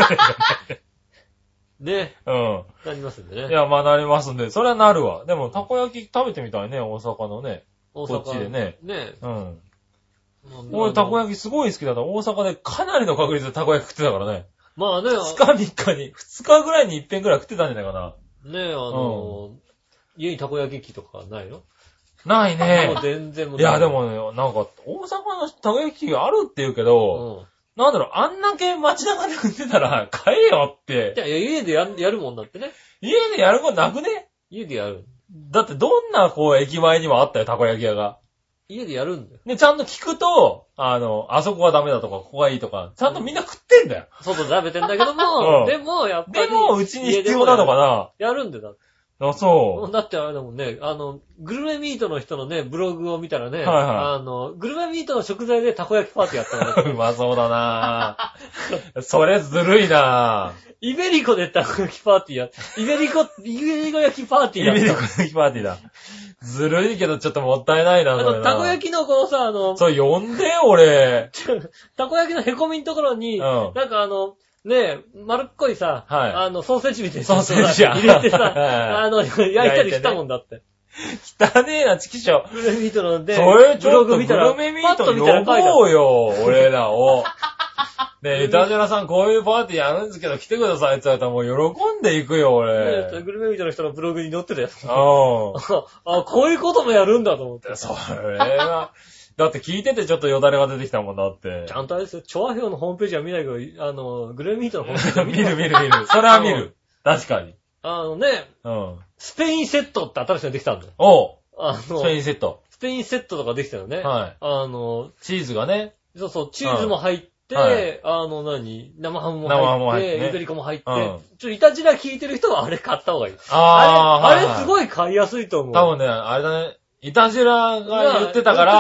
ね。 うん。 なりますんでね。 いや、まあなりますんで、それはなるわ。でも、たこ焼き食べてみたいね、大阪のね。大阪。こっちでね。 ね。 うん。俺、たこ焼きすごい好きだった。大阪でかなりの確率でたこ焼き食ってたからね。 まあね。 二日三日に、二日ぐらいに一遍ぐらい食ってたんじゃないかな。 ねえ、あの、うん、家にたこ焼き器とかないの？ ないね。 もう全然もう。 いや、でもね、なんか、大阪のたこ焼き器があるって言うけど、うん、なんだろう、あんだけ街中で食ってたら、買えよって。 いや、家でやる、やるもんだってね。 家でやることなくね？ 家でやる。 だってどんな、こう、駅前にもあったよ、たこ焼き屋が。 家でやるんだよ。 で、ちゃんと聞くと、あの、あそこはダメだとか、ここがいいとか、ちゃんとみんな食ってんだよ。 外で食べてんだけども、うん、でも、やっぱり。 でも、うちに必要なのかな？ やるんだよ、だって。 あ、そう。 だってあれだもんね、あの、グルメミートの人のね、ブログを見たらね、はいはい、あの、グルメミートの食材でたこ焼きパーティーやったのね。 うまそうだなぁ。それずるいなぁ。 イベリコでたこ焼きパーティーや、イベリコ、イベリコ焼きパーティーやった。 イベリコ焼きパーティーだ。ずるいけどちょっともったいないな、 あの、たこ焼きのこのさ、あの、 そう、呼んで、俺。 たこ焼きのへこみのところに、うん、なんかあの、ねえ、丸っこいさ、はい、あの、ソーセージみたいな。 ソーセージや。 入れてさ、あの、焼いたりしたもんだって。 汚ねえな、チキショ。 グルメミートので、 それちょっとグルメミート呼ぼうよ、俺らを。ねえ、イタジェラさんこういうパーティーやるんですけど来てくださいって言われたらもう喜んでいくよ、俺。 ね、グルメミートの人のブログに載ってたやつ。 ああ、こういうこともやるんだと思って。 それは、だって聞いててちょっとよだれが出てきたもんだって。 ちゃんとあれですよ、チョアヘヨのホームページは見ないけど、あの、グルメミートのホームページは見る。見る見る見る。それは見る。確かに。 あのね、うん。スペインセットって新しいのできたんだよ。 おう。 あの、 スペインセット。 スペインセットとかできたよね。 はい。 あの、 チーズがね。 そうそう、チーズも入って、はい、あの何、生ハムも入って、生ハムも入って、ね、イベリコも入って、うん、ちょ、イタジラ聞いてる人はあれ買った方がいい。 ああれ、はいはい、あれすごい買いやすいと思う。 多分ね、あれだね。イタジラが言ってたから、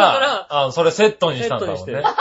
あ、それセットにしたんだもんね。セットにして。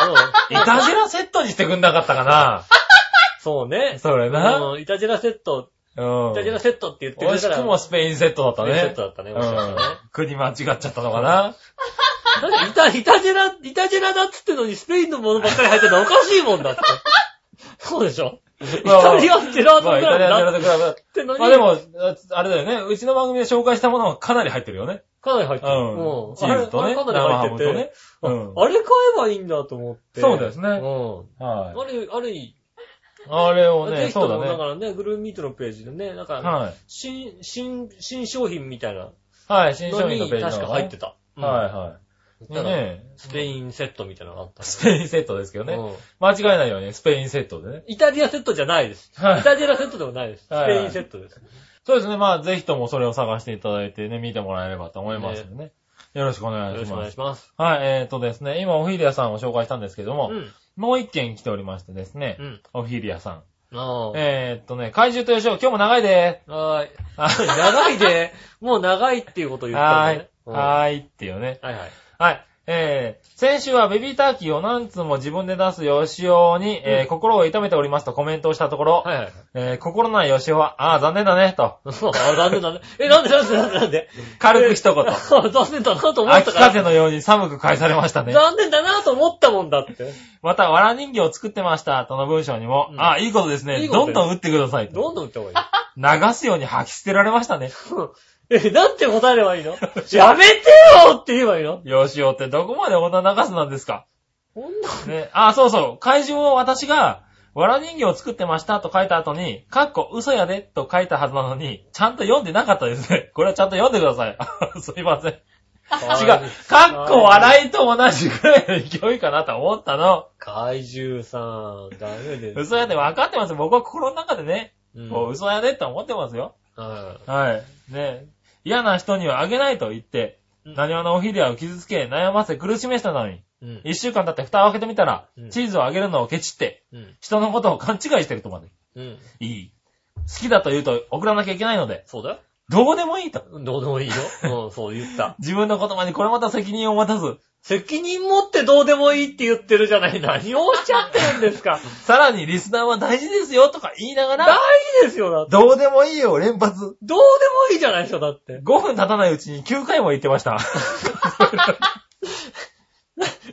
イタジラセットにしてくんなかったかな。 そうね。 それな。 うん、イタジラセット。うん。イタジラセットって言ってくれたら。惜しくもスペインセットだったね。 スペインセットだったね。もしかしたらね。 国間違っちゃったのかな。 イタ、イタジラ、イタジラだっつってのにスペインのものばっかり入ってるのおかしいもんだって。そうでしょ。イタリアンジェラートクラブだ。まあ、イタリアンジェラートクラブだってのに。 まあでも、あれだよね。うちの番組で紹介したものはかなり入ってるよね。 かなり入ってる。 うん。チーズとね。 かなり入ってて。ね。うん。あれ買えばいいんだと思って。 そうですね。うん。 はい。あれ、あれいい。 あれをね、そうだね。 だからね、グルーミートのページでね、なんか、はい。新、新、新商品みたいな。 はい、新商品のページ。 確か入ってた。 はいはい。 ね、スペインセットみたいなのがあった、ね。 スペインセットですけどね。うん、間違えないように、スペインセットでね。 イタリアセットじゃないです。はい、イタジェラセットでもないです。スペインセットです。はいはい、 そうですね。まあ、ぜひともそれを探していただいてね、見てもらえればと思いますのでね。ね、よろしくお願いします。よろしくお願いします。はい、えーとですね、今、オフィリアさんを紹介したんですけども、うん、もう一件来ておりましてですね、うん、オフィリアさん。えーっとね、怪獣とよしお、今日も長いでー。 はーい。長いでー。もう長いっていうことを言ったね。 はーい。はーいっていうね。 はいはい。 はい。えー、先週はベビーターキーを何通も自分で出すよしおに、うん、えー、心を痛めておりますとコメントをしたところ、はいはい、えー、心ないよしおは、あー残念だね、と。あー残念だね。え、なんでなんでなんでなんで軽く一言。 えー、残念だなと思ったから。 秋風のように寒く返されましたね。 残念だなと思ったもんだって。 また、わら人形を作ってました、との文章にも、うん、あーいいことですね。いいどんどん打ってくださいと。 どんどん打った方がいい。 流すように吐き捨てられましたね。 え、なんて答えればいいのやめてよって言えばいいのよしおってどこまで女流すなんですかほんとね。あ、そうそう。怪獣を私が、わら人形を作ってましたと書いた後に、かっこ嘘やでと書いたはずなのに、ちゃんと読んでなかったですね。これはちゃんと読んでください。すいません。違う。かっこ笑いと同じくらいの勢いかなと思ったの。 怪獣さん、ダメです。 嘘やで分かってますよ。僕は心の中でね、うん、もう嘘やでって思ってますよ。 はい。 はい。ね。嫌な人にはあげないと言って、うん、何話のおひりゃを傷つけ、悩ませ苦しめしたのに、うん、一週間経って蓋を開けてみたら、うん、チーズをあげるのをケチって、うん、人のことを勘違いしてるとまで。 うん、 いい。好きだと言うと送らなきゃいけないので。 そうだよ。 どうでもいいと。 どうでもいいよ。うん、そう言った。 自分の言葉にこれまた責任を持たず。 責任持ってどうでもいいって言ってるじゃない。何をおっしゃってるんですか。 さらにリスナーは大事ですよとか言いながら。 大事ですよ、だって。 どうでもいいよ、連発。 どうでもいいじゃないですか、だって。 ごふん経たないうちにきゅうかいも言ってました。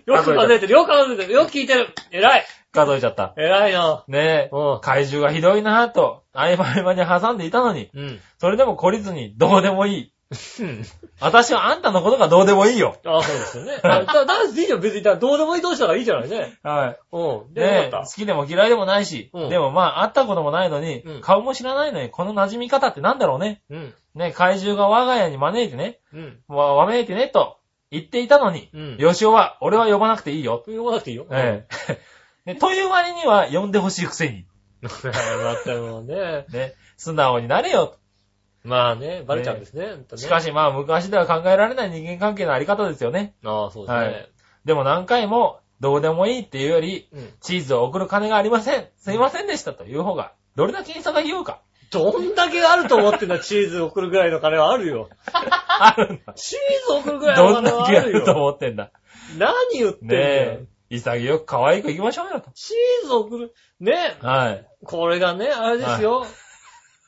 よく数えてる、よく数えてる、よく聞いてる。偉い。 数えちゃった。 偉いな。 ねえ。うん。怪獣がひどいなぁと、合間合間に挟んでいたのに。うん。それでも懲りずに、どうでもいい。私はあんたのことがどうでもいいよ。 ああ、そうですよね。だ、だ、だ、いいじゃん、別に。どうでもいい同士だからいいじゃないね。 はい。うん。で、ね、好きでも嫌いでもないし、うん、でもまあ、会ったこともないのに、うん、顔も知らないのに、この馴染み方ってなんだろうね。うん。ね、怪獣が我が家に招いてね、うん。わ、わめいてね、と言っていたのに、うん。よしおは、俺は呼ばなくていいよ。 呼ばなくていいよ。 ええ。ね、という割には、呼んでほしいくせに。 まったもうね。 ね、素直になれよ。 まあね、バレちゃうんですね。ねしかしまあ昔では考えられない人間関係のあり方ですよね。 ああ、そうですね。はい。 でも何回もどうでもいいっていうより、うん、チーズを送る金がありません。すいませんでしたという方が、どれだけに差が言うか。 どんだけあると思ってんだ、チーズ送るぐらいの金はあるよ。 あるんだ。 チーズ送るぐらいの金はあるよ。 どんだけあると思ってんだ。 何言ってんだよ。ねえ。 潔く可愛く行きましょうよと。 チーズ送る。ねえ。 はい。 これがね、あれですよ。はい、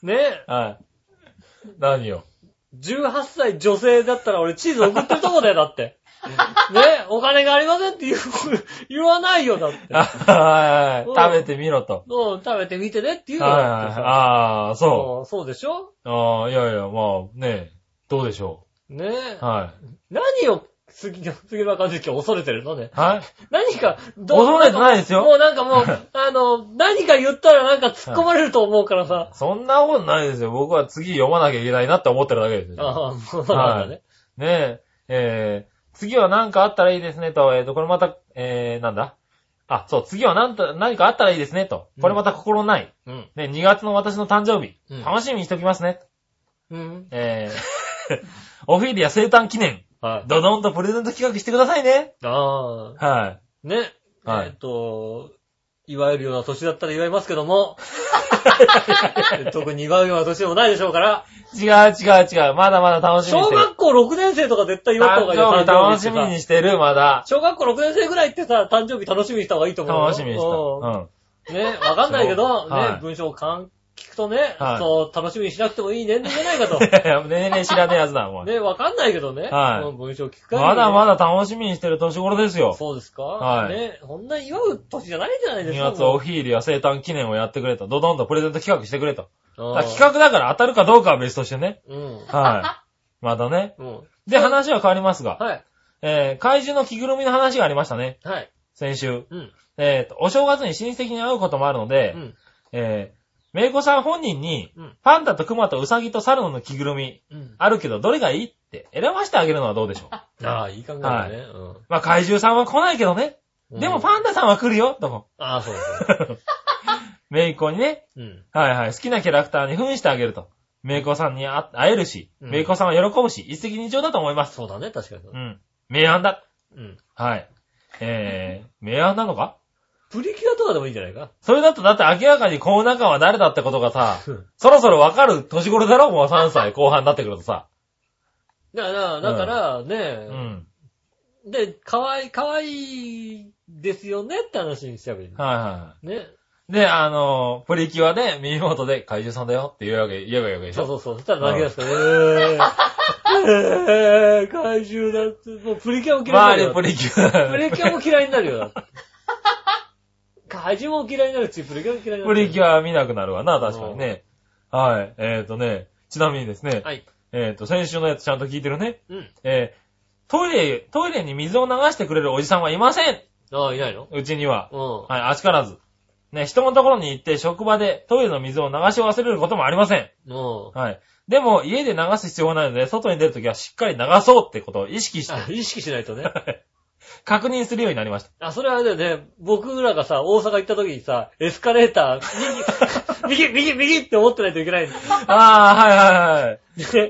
ねえ。 はい。何よ。 じゅうはっさい女性だったら俺チーズ送ってるとこだよ、だって。ね、お金がありませんって言う、言わないよ、だって。 はい、食べてみろと。 うん、食べてみてねって言うよ。はい、ああ、そう。 そうでしょ？ ああ、いやいや、まあ、ね、どうでしょう。ねえ。 はい。 何を、杉村和之は恐れてるのね。 はい。 何か、 どう恐れてないですよ。 もうなんかもう、あの、何か言ったらなんか突っ込まれると思うからさ。はい、 そんなことないですよ。僕は次読まなきゃいけないなって思ってるだけですよ。 ああ、そうなんだね。はい、 ねえ、えー、次は何かあったらいいですねと、えっと、これまた、えー、なんだあ、そう、次は何と、何かあったらいいですねと。これまた心ない。うん。ね、にがつの私の誕生日。うん、楽しみにしておきますね。うん。えー、オフィリア生誕記念。はい。ドドンとプレゼント企画してくださいね。 ああ。 はい。 ね。はい。えっと、祝えるような年だったら祝いますけども。特に祝うような年でもないでしょうから。 違う違う違う。まだまだ楽しみにしてる。 小学校ろくねん生とか絶対祝った方がいいよ。 誕生日楽しみにしてる、まだ。 小学校ろくねん生ぐらいってさ、誕生日楽しみにした方がいいと思う。 楽しみにした。うん。ね、わかんないけど、ね、文章を聞くとね、そう、楽しみにしなくてもいい年齢じゃないかと。 いやいや、年齢知らねえやつだ、もん。 ね、わかんないけどね。 はい。 文章を聞くから。 まだまだ楽しみにしてる年頃ですよ。 そうですか？ はい。 ね、こんな祝う年じゃないんじゃないですか。 にがつオフィールや生誕記念をやってくれと。ドドンとプレゼント企画してくれと。企画だから当たるかどうかは別としてね。うん。はい。まだね。うん。で、話は変わりますが。はい。えー、怪獣の着ぐるみの話がありましたね。はい。先週。うん。えっと、お正月に親戚に会うこともあるので、うん。えー、めいこさん本人に、うん、パンダとクマとウサギとサルの着ぐるみ、うん、あるけどどれがいいって選ばしてあげるのはどうでしょう。 ああ、いい考えだね。はい、 うん。まあ怪獣さんは来ないけどね。うん、でもパンダさんは来るよ、とも。 ああ、そうそう。 めいこにね、うん、はいはい、好きなキャラクターに扮してあげると。めいこさんに会えるし、うん、めいこさんは喜ぶし、一石二鳥だと思います。 そうだね、確かに。 うん。明暗だ。うん。はい。えー、明暗なのか？ プリキュアとかでもいいんじゃないか？ それだとだって明らかにこの中は誰だってことがさ、そろそろわかる年頃だろ？もうさんさいこう半になってくるとさ。 だから、だからね、うん。で、かわいい、かわいいですよねって話にしちゃえばいい。 はいはい。 ね。 で、あの、プリキュアで耳元で怪獣さんだよって言うわけ、言えばいいわけでしょ。 そうそうそう。そしたら投げ出すから、えー、えー、怪獣だって、もうプリキュアも嫌いになるよ。 まあね、プリキュア。プリキュアも嫌いになるよ、だって。怪獣も嫌いになるし、プリキュアも嫌いになる。 プリキュア見なくなるわな、確かにね。はい。えっ、ー、とね、ちなみにですね。はい。えっ、ー、と、先週のやつちゃんと聞いてるね。うん。えー、トイレ、トイレに水を流してくれるおじさんはいません。 ああ、いないの？ うちには。うん。はい、あしからず。ね、人のところに行って職場でトイレの水を流し忘れることもありません。うん。はい。でも、家で流す必要がないので、外に出るときはしっかり流そうってことを意識して。 あ、意識しないとね。 確認するようになりました。 あ、それはあれだよね。僕らがさ、大阪行った時にさ、エスカレーター、右、右、右、右って思ってないといけないんだ。 ああ、はいはいはい。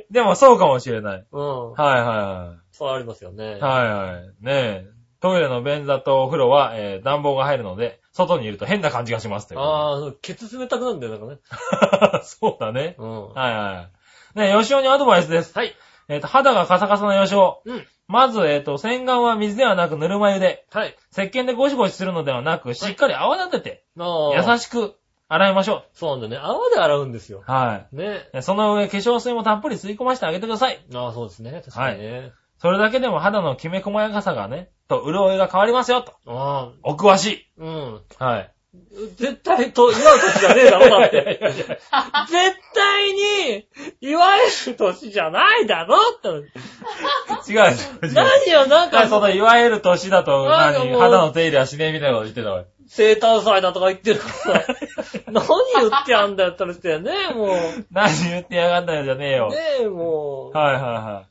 でもそうかもしれない。うん。はいはいはい。 そうありますよね。 はいはい。ねえ。トイレの便座とお風呂は、えー、暖房が入るので、外にいると変な感じがします。 ああ、ケツ冷たくなるんだよ、なんかね。そうだね。うん。はいはい。ねえ、吉尾にアドバイスです。はい。えっと、肌がカサカサな吉尾。うん。まず、えっと、洗顔は水ではなくぬるま湯で。はい。石鹸でゴシゴシするのではなく、しっかり泡立てて、はい、優しく洗いましょう。 そうなんだね。泡で洗うんですよ。 はい。ね。その上、化粧水もたっぷり吸い込ませてあげてください。 ああ、そうですね。確かにね。はい。 それだけでも肌のきめ細やかさがね、と潤いが変わりますよと。ああ。お詳しい。うん。はい。 絶対と、祝う年じゃねえだろ、だって。絶対に、祝える年じゃないだろって。違う違う。 何よ、なんか。 その祝える年だと、何、肌の手入れはしねえみたいなこと言ってたわ。 生誕祭だとか言ってるからさ。何言ってやんだよったらしてよね、もう。 何言ってやがんだよじゃねえよ。 ねえ、もう。はいはいはい。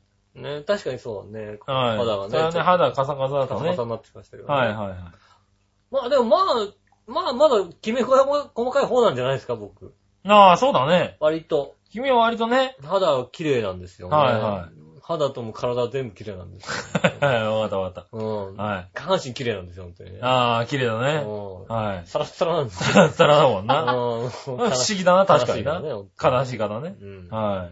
ね、確かにそうね。 はい。 肌がね。 それはね、肌カサカサだとね。 カサカサになってきましたけど、ね。 はいはいはい。 まあでもまあ、まあまだきめ細かい方なんじゃないですか、僕。 ああ、そうだね。 割と。 君は割とね。 肌は綺麗なんですよね。はいはい。肌とも体全部綺麗なんですよ、 ね。はい、わかったわかった。 うん。はい。下半身綺麗なんですよ、本当にね。 ああ、綺麗だね。うん。はい。 サラッサラなんですよ。 サラッサラだもんな。うん。不思議だな、確かにな。悲しい方ね。うん。はい。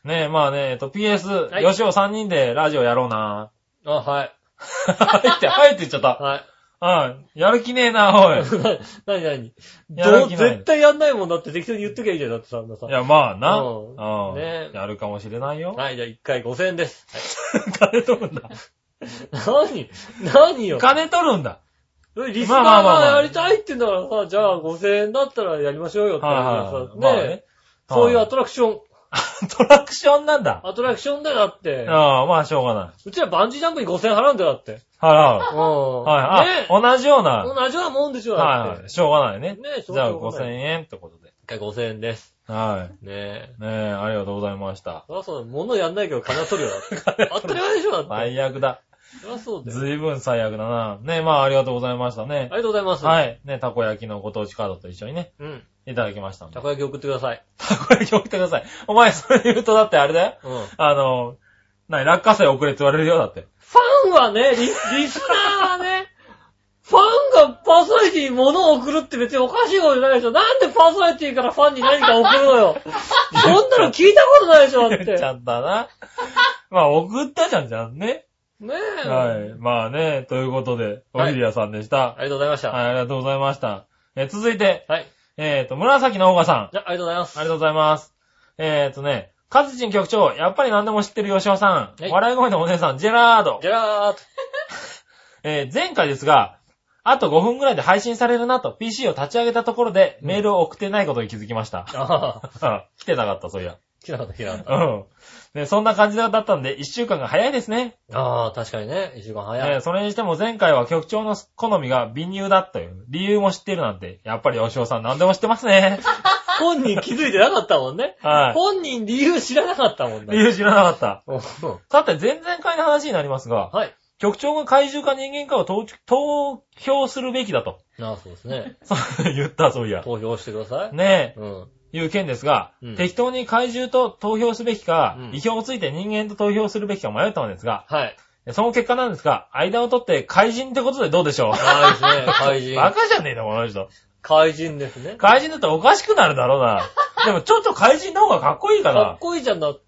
ねえ、まあね、えっと、ピーエス、はい、よしおさんにんでラジオやろうな。 あ、はい。 はいって、はいって言っちゃった。はい。はい。やる気ねえな、おい。 なになにどう絶対やんないもんだって適当に言っときゃいいじゃん、だってさ。 いや、まあな。うん。ねやるかもしれないよ。 はい、じゃあいっかいごせんえんです。 金取るんだ。 何何よ。 金取るんだ。 リスナーがやりたいって言うんだからさ、じゃあごせんえんだったらやりましょうよって言うからさ。ねそういうアトラクション。 アトラクションなんだ。 アトラクションだよ、だって。 ああ、まあしょうがない。 うちらバンジージャンプにごせんえん払うんだよ、だって。 払う。うん。はい。ね同じような。 同じようなもんでしょ、だって。 はいはい。しょうがないね。ねじゃあごせんえんってことで。 一回ごせんえんです。 はい。 ねえ。 ねえ、ありがとうございました。 あ、そう、物やんないけど金は取るよ、だって。当たり前でしょ、だって。 最悪だ。 あ、そうだよ。 ずいぶん最悪だな。ねえ、まあありがとうございましたね。 ありがとうございます。 はい。ねたこ焼きのご当地カードと一緒にね。うん。いただきましたんで。 たこ焼き送ってください。 たこ焼き送ってください。お前それ言うとだってあれだよ。うん。あの、なに、落花生送れって言われるよ、だって。 ファンはね、リ、リスナーはね、ファンがパーソナリティに物を送るって別におかしいことじゃないでしょ。なんでパーソナリティからファンに何か送るのよ。そんなの聞いたことないでしょ、だって。 ちゃんだな。まあ送ったじゃん、じゃんね。 ねえ。 はい。まあね、ということで、おひりやさんでした、はい。 ありがとうございました。 はい、ありがとうございました。えー、続いて、 はい。 えっ、ー、と、紫のオーガさん。ありがとうございます。 ありがとうございます。えっ、ー、とね、カズチン局長、やっぱり何でも知ってる吉尾さん。はい、笑い声のお姉さん、ジェラード。 ジェラード。 えー、前回ですが、あとごふんぐらいで配信されるなと ピーシー を立ち上げたところで、メールを送ってないことに気づきました。ああ。来てなかった、そういや。 来てなかった、来てなかった。 うん。で、そんな感じだったんで、一週間が早いですね。 ああ、確かにね。一週間早い。 えー、それにしても前回は局長の好みが美乳だという理由も知っているなんて、やっぱり吉尾さん何でも知ってますね。 本人気づいてなかったもんね。はい。本人理由知らなかったもんね。 理由知らなかった。さて、前々回の話になりますが、はい。局長が怪獣か人間かを投票するべきだと。 ああ、そうですね。 そう言った、そういや。 投票してください。 ねえ。うん。いう件ですが、うん、適当に怪獣と投票すべきか、うん、意表をついて人間と投票するべきか迷ったのですが、はい。その結果なんですが、間を取って怪人ってことでどうでしょう？ ああ、ですね、怪人。 バカじゃねえの、この人。 怪人ですね。 怪人だったらおかしくなるだろうな。でもちょっと怪人の方がかっこいいかな。 かっこいいじゃんだって。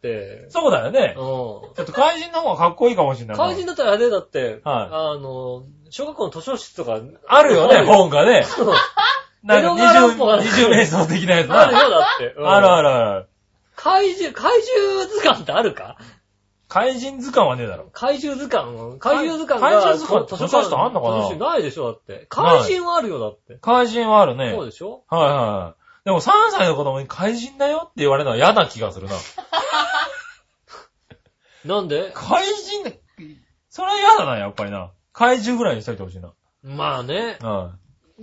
そうだよね。うん。ちょっと怪人の方がかっこいいかもしれない。 怪人だったらあれだって、はい。あの、小学校の図書室とか。 あるよね、本がね。なんか二十、二十面相的なやつな。 あるよ、だって。 うん、あるあるある。 怪獣、怪獣図鑑ってあるか？ 怪人図鑑はねえだろ。 怪獣図鑑怪獣図鑑が。怪獣図鑑図書室あんのかな？ 図書室ないでしょ、だって。怪人はあるよ、だって。 怪人はあるね。 そうでしょ？ はいはい。でもさんさいの子供に怪人だよって言われるのは嫌な気がするな。 なんで？ 怪人で、それは嫌だな、やっぱりな。怪獣ぐらいにしといてほしいな。 まあね。 はい。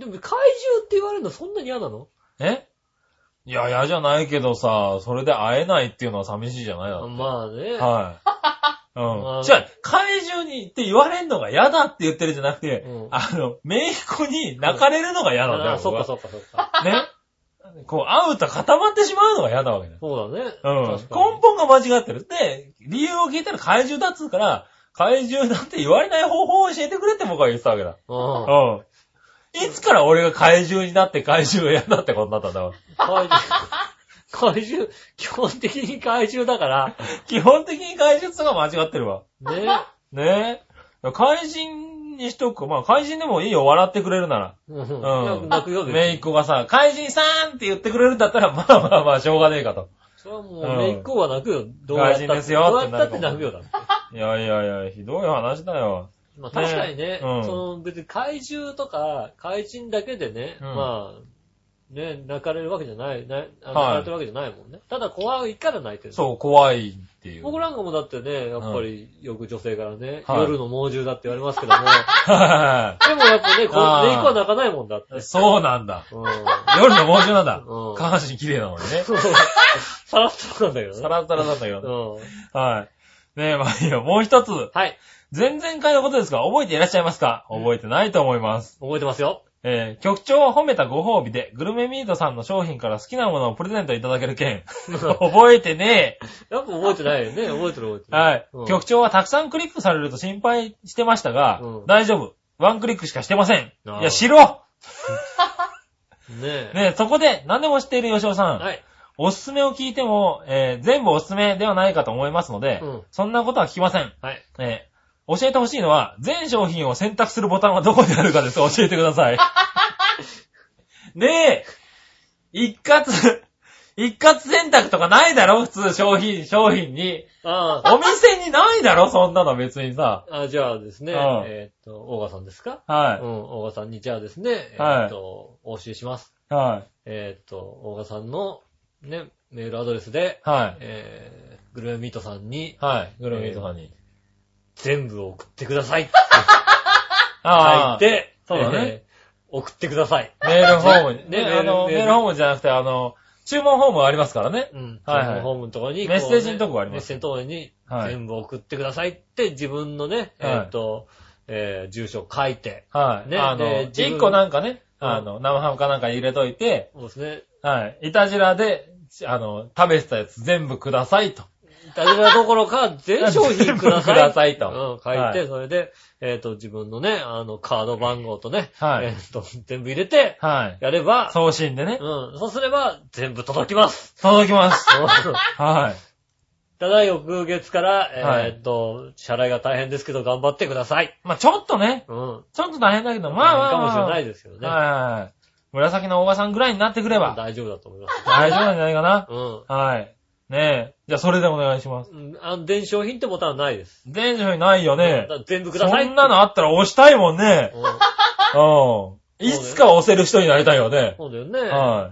でも怪獣って言われるのそんなに嫌なの？ え？いや、嫌じゃないけどさ、それで会えないっていうのは寂しいじゃないだろ。 まあね。 はい。うん。まあ、じゃあ、怪獣にって言われるのが嫌だって言ってるんじゃなくて、うん、あの、姪っ子に泣かれるのが嫌なんだよ。 ああ、そっかそっかそっか。 ね。こう、会うと固まってしまうのが嫌なわけだよ。 そうだね。 うん。根本が間違ってる。で、理由を聞いたら怪獣だっつうから、怪獣なんて言われない方法を教えてくれって僕は言ってたわけだ。うん。うん。いつから俺が怪獣になって怪獣が嫌だってことになったんだろう。 怪獣。怪獣、基本的に怪獣だから。 基本的に怪獣ってのが間違ってるわ。 ねえ。ねえ。怪人にしとくか。まあ怪人でもいいよ、笑ってくれるなら。うん。うん。泣くよです。めいっ子がさ、怪人さーんって言ってくれるんだったら、まあまあまあ、しょうがねえかと。 それはもう、めいっ子は泣くよ。どうやったって。 怪人ですよ。 どうやったって泣くよだって。 いやいやいや、ひどい話だよ。 まあ確かにね、ねうん、その別に怪獣とか怪人だけでね、うん、まあ、ね、泣かれるわけじゃない、な泣かれてるわけじゃないもんね。はい、ただ怖いから泣いてる。 そう、怖いっていう。 僕なんかもだってね、やっぱりよく女性からね、はい、夜の猛獣だって言われますけども。でもやっぱね、こう、ネイコは泣かないもんだって。 そうなんだ。うん、夜の猛獣なんだ。うん、下半身綺麗なのにね。 サラッとなんだけどね。 サラッとなんだけどね。うん、はい。ねえ、まあいいよ。もう一つ。 はい。 前々回のことですが、覚えていらっしゃいますか？覚えてないと思います。 覚えてますよ。 えー、局長を褒めたご褒美で、グルメミートさんの商品から好きなものをプレゼントいただける件。覚えてねえ。やっぱ覚えてないよね。覚えてる覚えてる。 はい、うん。局長はたくさんクリックされると心配してましたが、うん、大丈夫。ワンクリックしかしてません。いや、しろねえ。ねえ、そこで何でも知っている吉尾さん。はい。おすすめを聞いても、えー、全部おすすめではないかと思いますので、うん、そんなことは聞きません。はい。えー教えてほしいのは、全商品を選択するボタンはどこにあるかです。教えてください。ねえ、一括、一括選択とかないだろ普通商品、商品に。ああお店にないだろそんなの別にさ。 あじゃあですね、うん、えっ、ー、と、大川さんですかはい。うん、大川さんにじゃあですね、えっ、ー、と、はい、お教えします。はい。えっ、ー、と、大川さんのね、メールアドレスで、はい。えー、グルメミートさんに、 はい。グルメミートさんに。えー全部送ってくださいって書いて、そうだね、えー。送ってください。 メールフォームに。ね、あの、メールフォームじゃなくて、あの、注文フォームありますからね。うん。 はい、はい。注文フォームのところに、 メッセージのとこあります。 メッセージのところに、全部送ってくださいって自分のね、はい、えー、っと、えー、住所を書いて。はい。 ね、あの、一個なんかね、あの、生ハムかなんか入れといて、 そうですね。 はい。いたじらで、あの、食べてたやつ全部くださいと。 大事なところか、全商品ください。 くださいと。 うん、書いて、はい、それで、えっ、ー、と、自分のね、あの、カード番号とね、はい、えっ、ー、と、全部入れて、はい。やれば、 送信でね。 うん、そうすれば、全部届きます。 届きます。はい。 ただ、翌月から、えっ、ー、と、はい、支払いが大変ですけど、頑張ってください。 まあ、ちょっとね、うん。ちょっと大変だけど、まあまあ、まあ、 かもしれないですけどね。 はい。紫の大場さんぐらいになってくれば。 大丈夫だと思います。 大丈夫なんじゃないかな。うん。はい。ねえ。じゃあ、それでお願いします。 うん。あの、伝承品ってボタンはないです。 伝承品ないよね。 うん、全部ください。 そんなのあったら押したいもんね。うん。うん。いつか押せる人になりたいよね。 そうだよね。 はい。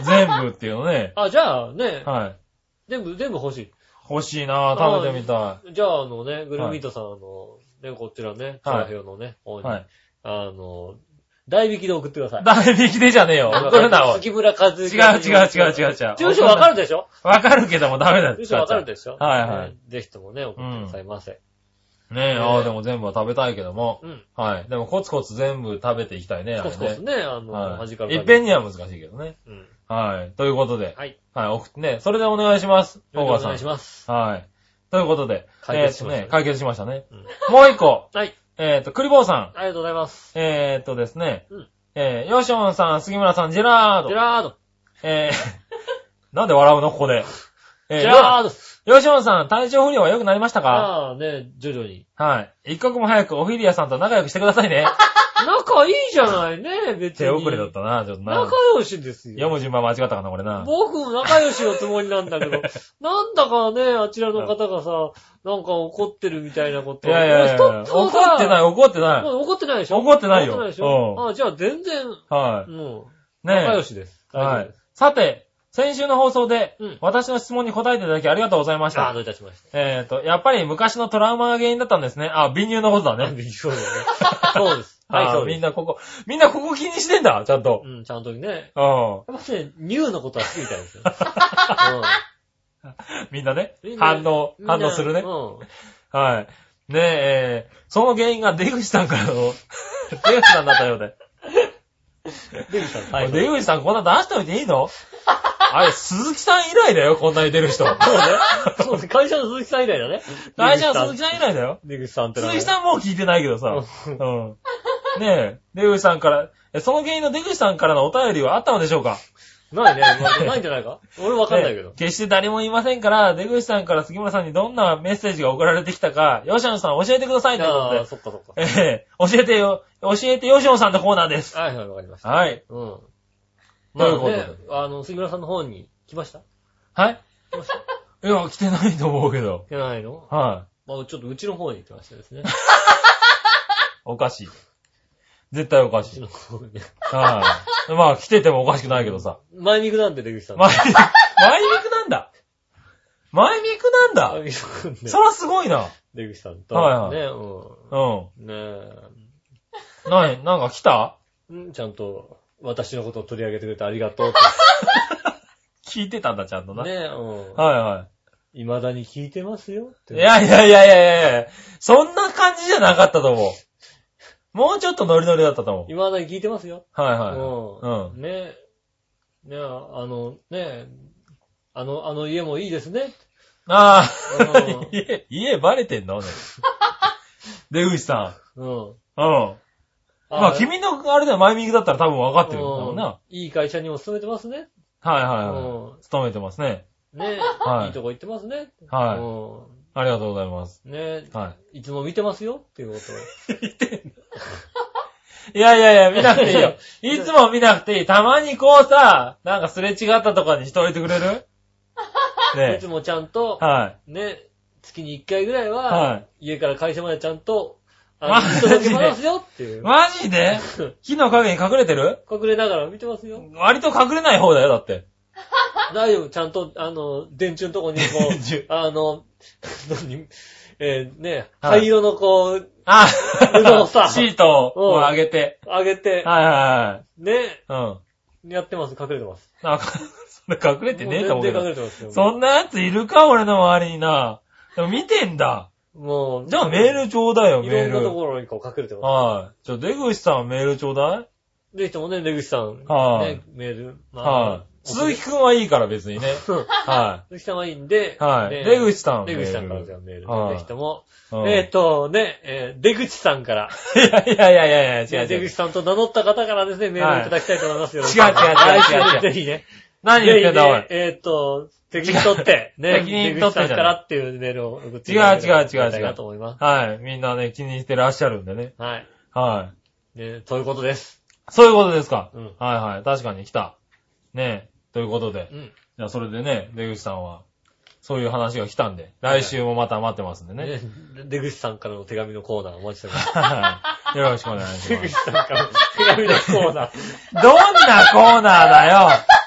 全部っていうのね。 あ、じゃあね。はい。全部、全部欲しい。 欲しいなぁ。食べてみたい。じゃあ、あのね、グルミートさん、あの、ね、こちらね、チャーヘヨのね、はい。あの、代引きで送ってください。 代引きでじゃねえよ。送るな、おい。 杉村和之。 違う違う違う違う違う。 住所わかるでしょわかるけどもダメだよ。 住所わかるでしょはいはい。 ぜひともね、送ってくださいませ。 ねえ、ああ、でも全部は食べたいけども。うん。はい。でもコツコツ全部食べていきたいね、あれね。コツコツね、あの、端から。いっぺんには難しいけどね。うん。はい。ということで。はい。はい、送ってね。それでお願いします。 お願いします。 はい。ということで。 解決しましたね。 解決しましたね。もう一個。はい。えっと、クリボーさん。 ありがとうございます。 えっとですね。うん。えー、ヨシオンさん、杉村さん、ジェラード。 ジェラード。 えー、なんで笑うのここで。 えー、ジェラード。 ヨシオンさん、体調不良は良くなりましたか？ ああ、ね、徐々に。 はい。一刻も早くオフィリアさんと仲良くしてくださいね。 仲いいじゃないね、別に。 手遅れだったな、ちょっとな。 仲良しですよ。 読む順番間違ったかな、これな。 僕も仲良しのつもりなんだけど、なんだかね、あちらの方がさ、なんか怒ってるみたいなこと。 いやいやいや、怒ってない、怒ってない。 怒ってないでしょ？ 怒ってないよ。 怒ってないでしょ？ああ、じゃあ全然、はい。もう、仲良しです。 はい。さて、先週の放送で、うん、私の質問に答えていただきありがとうございました。 ああ、どういたしました。 えっと、やっぱり昔のトラウマが原因だったんですね。あ、微乳のことだね。 微乳そうだね。そうです。はい、そうです。 みんなここ、みんなここ気にしてんだ、ちゃんと。 うん、ちゃんとね。うん。やっぱね、乳のことは好きみたいですよ。 うん。みんなね、反応、反応するね。うん。はい。ねえ、その原因が出口さんからの、出口さんだったようで。 出口さん、はい。 出口さんこんな出しておいていいの？あれ、鈴木さん以来だよ、こんなに出る人。そうね。 そうね。会社の鈴木さん以来だね。 会社の鈴木さん以来だよ。 出口さんって鈴木さんもう聞いてないけどさ。うん。ねえ、出口さんから、その原因の出口さんからのお便りはあったのでしょうか？ ないね。ないんじゃないか？俺わかんないけど、ね。 決して誰も言いませんから、出口さんから杉村さんにどんなメッセージが送られてきたか、ヨシオンさん教えてくださいということで。 ああ、そっかそっか。 ええー、教えてよ、教えてヨシオンさんのコーナーです。 はいはい、わかりました。 はい。 うん。まあね、ということで。あの、杉村さんの方に来ました？ はい？ 来ました？ いや、来てないと思うけど。 来てないの？ はい。 あ、ちょっとうちの方に行ってましたですね。 おかしい。絶対おかしい。うちの方に。はい。まあ、来ててもおかしくないけどさ。 前肉なんで出口さん。 前肉、前肉なんだ。前肉なんだ。前肉ね。そらすごいな。 出口さんと。 はいはい。 ね、うん。うん。ねえ。なに、なんか来た？ んちゃんと、私のことを取り上げてくれてありがとうって。 聞いてたんだ、ちゃんとな。 ねえ、うん。 はいはい。 未だに聞いてますよって。 いやいやいやいやいやそんな感じじゃなかったと思う。もうちょっとノリノリだったと思う。 未だに聞いてますよ。 はいはい。うん。うん。ねえ。ねえ、あの、ねえ、あの、あの家もいいですね。 ああ、家、家バレてんのね。出口さん。うん。うん。まあ、君のあれだよ、前右だったら多分分かってるんだもんな。 いい会社にも勤めてますね。 はいはいはい。勤めてますね。 ねえ、はい。いいとこ行ってますね。 はい。ありがとうございます。 ねえ。はい。いつも見てますよっていうことを。見てんのいやいやいや、見なくていいよ。いつも見なくていい。たまにこうさ、なんかすれ違ったとかにしといてくれるねえ。いつもちゃんと、はい。ね、月にいっかいぐらいは、はい。家から会社までちゃんと、あの、見届けますよっていう。 マジで木の影に隠れてる？ 隠れながら見てますよ。 割と隠れない方だよ、だって。 大丈夫、ちゃんと、あの、電柱のとこにこう、あの、何、えー、ね、はい、灰色のこう、あ布をさ、 シートを上げて。 上げて。 はいはいはい。 ね。うん。やってます、隠れてます。 あ、それ隠れてねえと思うけど。 全然隠れてますよ。 そんなやついるか、俺の周りにな。でも見てんだ。もう。じゃあメールちょうだいよ、メール。 いろんなところにこう隠れてます。 はい。ちょ、出口さんメールちょうだいぜひともね、出口さん。 はい。 ね、メール。 はい。鈴木くんはいいから別にね。はい。鈴木さんはいいんで。 はい。出口さん。 出口さんからじゃあメール。ぜひとも。えっと、ね、え出口さんから。 いやいやいやいやいや、違う。 出口さんと名乗った方からですね、メールをいただきたいと思いますよ。 違う違う違う違う。 ぜひね。 何言ってんだおい。 えっと、責任取って、ね。 責任取って。 出口さんからっていうメールを送って違う違う違う違う。 と思います。 はい。みんなね、気にしてらっしゃるんでね。 はい。 はい。 ね、そういうことです。 そういうことですか。うん。はいはい。確かに来た。ねえ。ということで。うん。じゃあそれでね、出口さんは、そういう話が来たんで、来週もまた待ってますんでね。ね出口さんからの手紙のコーナーお待ちしております。 はい。よろしくお願いします。 出口さんからの手紙のコーナー。 どんなコーナーだよ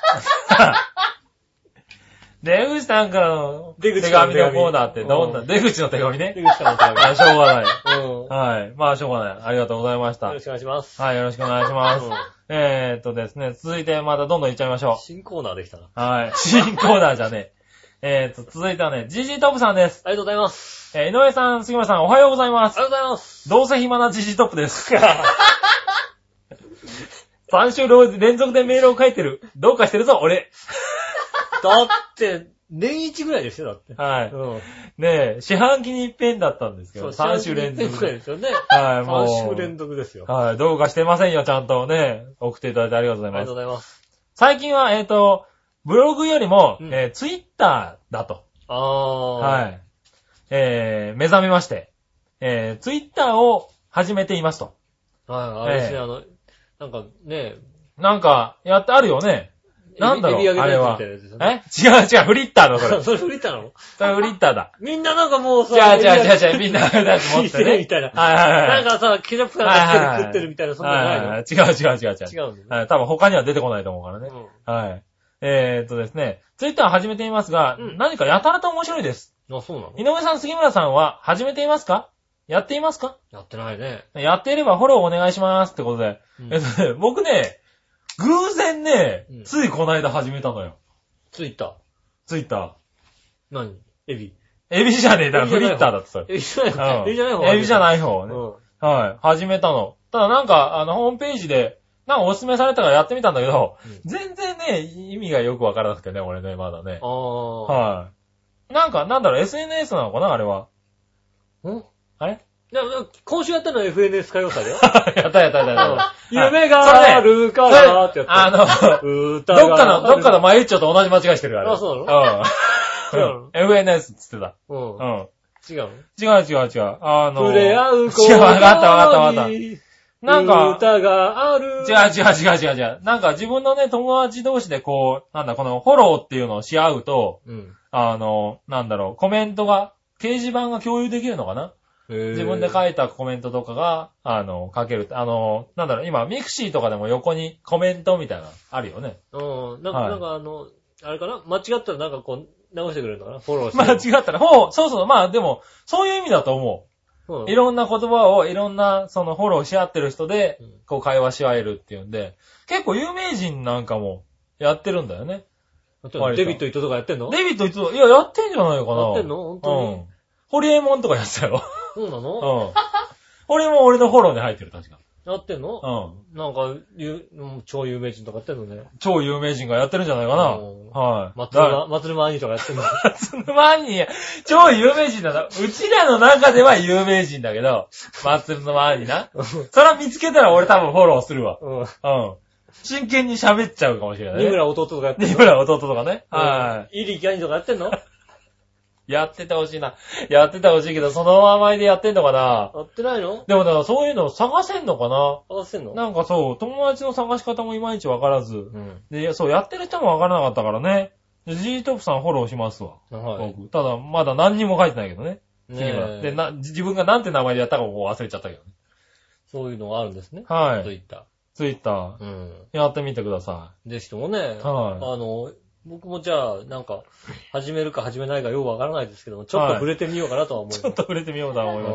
出口さんからの手紙のコーナーってどんな、出口の手紙ね。 出口さんの手紙。 あ、しょうがない。うん。はい。まあ、しょうがない。ありがとうございました。 よろしくお願いします。 はい、よろしくお願いします。うん、えーっとですね、続いてまたどんどん行っちゃいましょう。 新コーナーできたな。 はい。新コーナーじゃねえ。えーっと、続いてはね、ジージー トップさんです。 ありがとうございます。 えー、井上さん、杉村さん、おはようございます。 ありがとうございます。 どうせ暇な ジージー トップです。さん週連続でメールを書いてる。どうかしてるぞ、俺。 だって、年一ぐらいですよ、だって。 はい。うん、ねえ、四半期に一遍だったんですけど、さん週連続。 四半期に一遍ぐらいですよね。 はい、もう。 さん週連続ですよ。 はい、どうかしてませんよ、ちゃんとね。送っていただいてありがとうございます。 ありがとうございます。 最近は、えっと、ブログよりも、うん、えー、ツイッターだと。 ああ。 はい。えー、目覚めまして、えー、ツイッターを始めていますと。 はい、あれですね、えー、あの、なんかね、 なんか、やってあるよね。なんだろう、あれは。え違う違う、フリッターだ、それ。 それフリッターなの？ それフリッターだ。 みんななんかもうさ、 違う違う違う違う、みんなだって持ってね。 みたいな。 はいはいはい。 なんかさ、ケチャップが食ってるみたいな、そんなのないの？ 違う違う違う違う。 違うんだね。多分他には出てこないと思うからね。はい。えーっとですね、ツイッター始めていますが、何かやたらと面白いです。 あ、そうなの？ 井上さん、杉村さんは始めていますか？やっていますか？ やってないね。 やっていればフォローお願いしますってことで。えっとね、僕ね、偶然ね、うん、ついこの間始めたのよ。 ツイッター。 ツイッター。 何？エビ。 エビじゃねえだろ、フリッターだってそれ。 エビじゃない方。エビじゃない方。 エビじゃない方ね。うん、はい。始めたの。ただなんか、あの、ホームページで、なんかおすすめされたからやってみたんだけど、うん、全然ね、意味がよくわからなくてね、俺ね、まだね。 ああ。 はい。なんか、なんだろう、エスエヌエス なのかな、あれは。 んあれ今週やったのは エフエヌエス 歌謡祭だよ。 やったやったやったやった。 夢があるからってやった。 あの、どっかの、どっかのマユッチョと同じ間違いしてるから。 あ、そうなのうん。エフエヌエス っつってた。 うん。うん。違う違う違う違う。あの、 触れ合う声。違う、わかったわかったわかった。なんか、 歌がある。 違う違う違う違う違う。なんか自分のね、友達同士でこう、なんだ、このフォローっていうのをし合うと、うん、あの、なんだろう、コメントが掲示板が共有できるのかな。自分で書いたコメントとかが、あの、書ける。あの、なんだろう、今、ミクシーとかでも横にコメントみたいなのあるよね。 うん。なんか、はい、なんかあの、あれかな間違ったらなんかこう、直してくれるのかなフォローして。 間違ったら、ほう、そうそう、まあでも、そういう意味だと思う。うん、いろんな言葉を、いろんな、その、フォローし合ってる人で、こう、会話し合えるっていうんで、結構有名人なんかも、やってるんだよね。 デビット・イトとかやってんの？ デビット・イト、いや、やってんじゃないかな。 やってんの本当に。うん。 ホリエモンとかやってたよ。 そうなの？ うん。ホリエモン俺のフォローで入ってる、確か。 やってんの？うん。なんか、ゆ、超有名人とかやってんのね。 超有名人がやってるんじゃないかな。はい。 松沼、松沼兄とかやってんの。 松沼兄、超有名人だな。うちらの中では有名人だけど、松沼兄な。それは見つけたら俺多分フォローするわ。うん。うん。真剣に喋っちゃうかもしれないね。 二村弟とかやってんの？ 二村弟とかね。はい。イリキ兄とかやってんの？ やっててほしいな。やっててほしいけど、そのままでやってんのかな？ やってないの？ でもだからそういうのを探せんのかな？ 探せんの？ なんかそう、友達の探し方もいまいちわからず。うん。で、そう、やってる人もわからなかったからね。で、G トップさんフォローしますわ。はい。僕。ただ、まだ何にも書いてないけどね。ねえ。で、な、自分がなんて名前でやったかも忘れちゃったけどね。 そういうのがあるんですね。 はい。 ツイッター。 ツイッター。うん。やってみてください。ぜひともね。はい。あの、僕もじゃあ、なんか、始めるか始めないかよくわからないですけども、ちょっと触れてみようかなとは思います。 ちょっと触れてみようとは思います。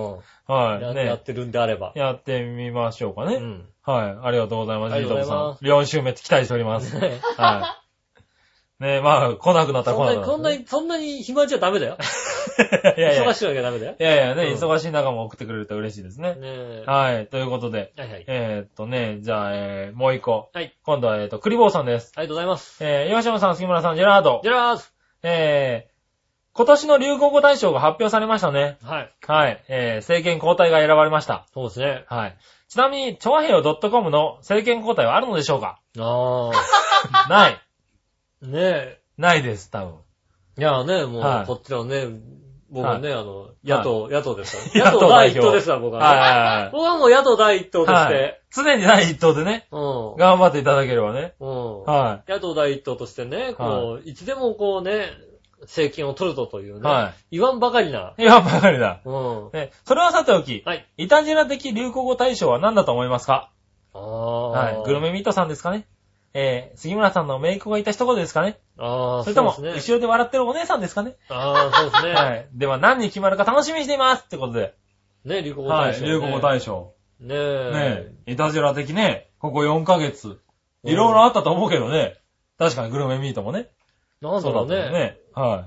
はい。 ね。やってるんであれば。 やってみましょうかね。うん。はい。ありがとうございます。ありがとうございます。よん週目期待しております。はい。ねまあ、来なくなったら来なくなった。 そんなに、そんなに暇じゃダメだよ。いやいや忙しいわけダメだよ。 いやいやね、忙しい中も送ってくれると嬉しいですね。ねはい。ということで。はいはい。えー、っとね、じゃあ、えー、もう一個。はい。今度は、えー、っと、クリボーさんです。 ありがとうございます。 えー、岩島さん、杉村さん、ジェラード。 ジェラード。 えー、今年の流行語大賞が発表されましたね。 はい。 はい。えー、政権交代が選ばれました。 そうですね。 はい。ちなみに、チョアヘヨ .com の政権交代はあるのでしょうか？ ああ。ない。 ねえ。 ないです、多分。 いやね、もう、はい、こっちのね、僕はね、はい、あの、野党、はい、野党ですから。野党第一党ですわ、僕は、ね。はいはいはい。僕はもう野党第一党として。はい、 常に第一党でね。うん。頑張っていただければね。 うん。はい。野党第一党としてね、こう、はい、いつでもこうね、政権を取るぞというね。はい。言わんばかりな。 言わんばかりだ。うん。ね、それはさておき。はい。イタジラ的流行語大賞は何だと思いますか？ああ。はい。グルメミットさんですかね。えー、杉村さんの姪っ子がいた一言ですかね。ああ、それとも、そうですね、後ろで笑ってるお姉さんですかね。 ああ、そうですね。 はい。では何に決まるか楽しみにしていますってことで。 ね、流行語大賞、 ね。はい、流行語大賞。 ねえ。 ねえ、イタジラ的ね、ここよんかげつ。いろいろあったと思うけどね。確かにグルメミートもね。 なんだろうね。そうね。はい。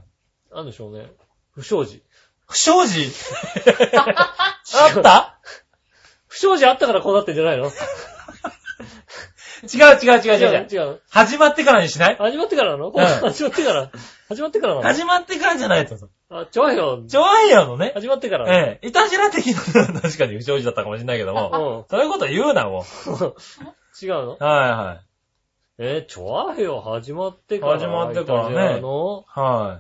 なんでしょうね。不祥事。 不祥事あった不祥事あったからこうなってんじゃないの？ 違う違う違う違う違う。違う。始まってからにしない？ 始まってからなの？うん、始まってから。始まってからなの？ 始まってからじゃないとさ。 あ、ちょわよ。 ちょわよのね。 始まってから。 ええ。いたじら的な確かに不祥事だったかもしれないけども。うん。そういうこと言うな、もう。違うの？ はいはい。 えー、ちょわよ始まってから。 始まってからね。はい。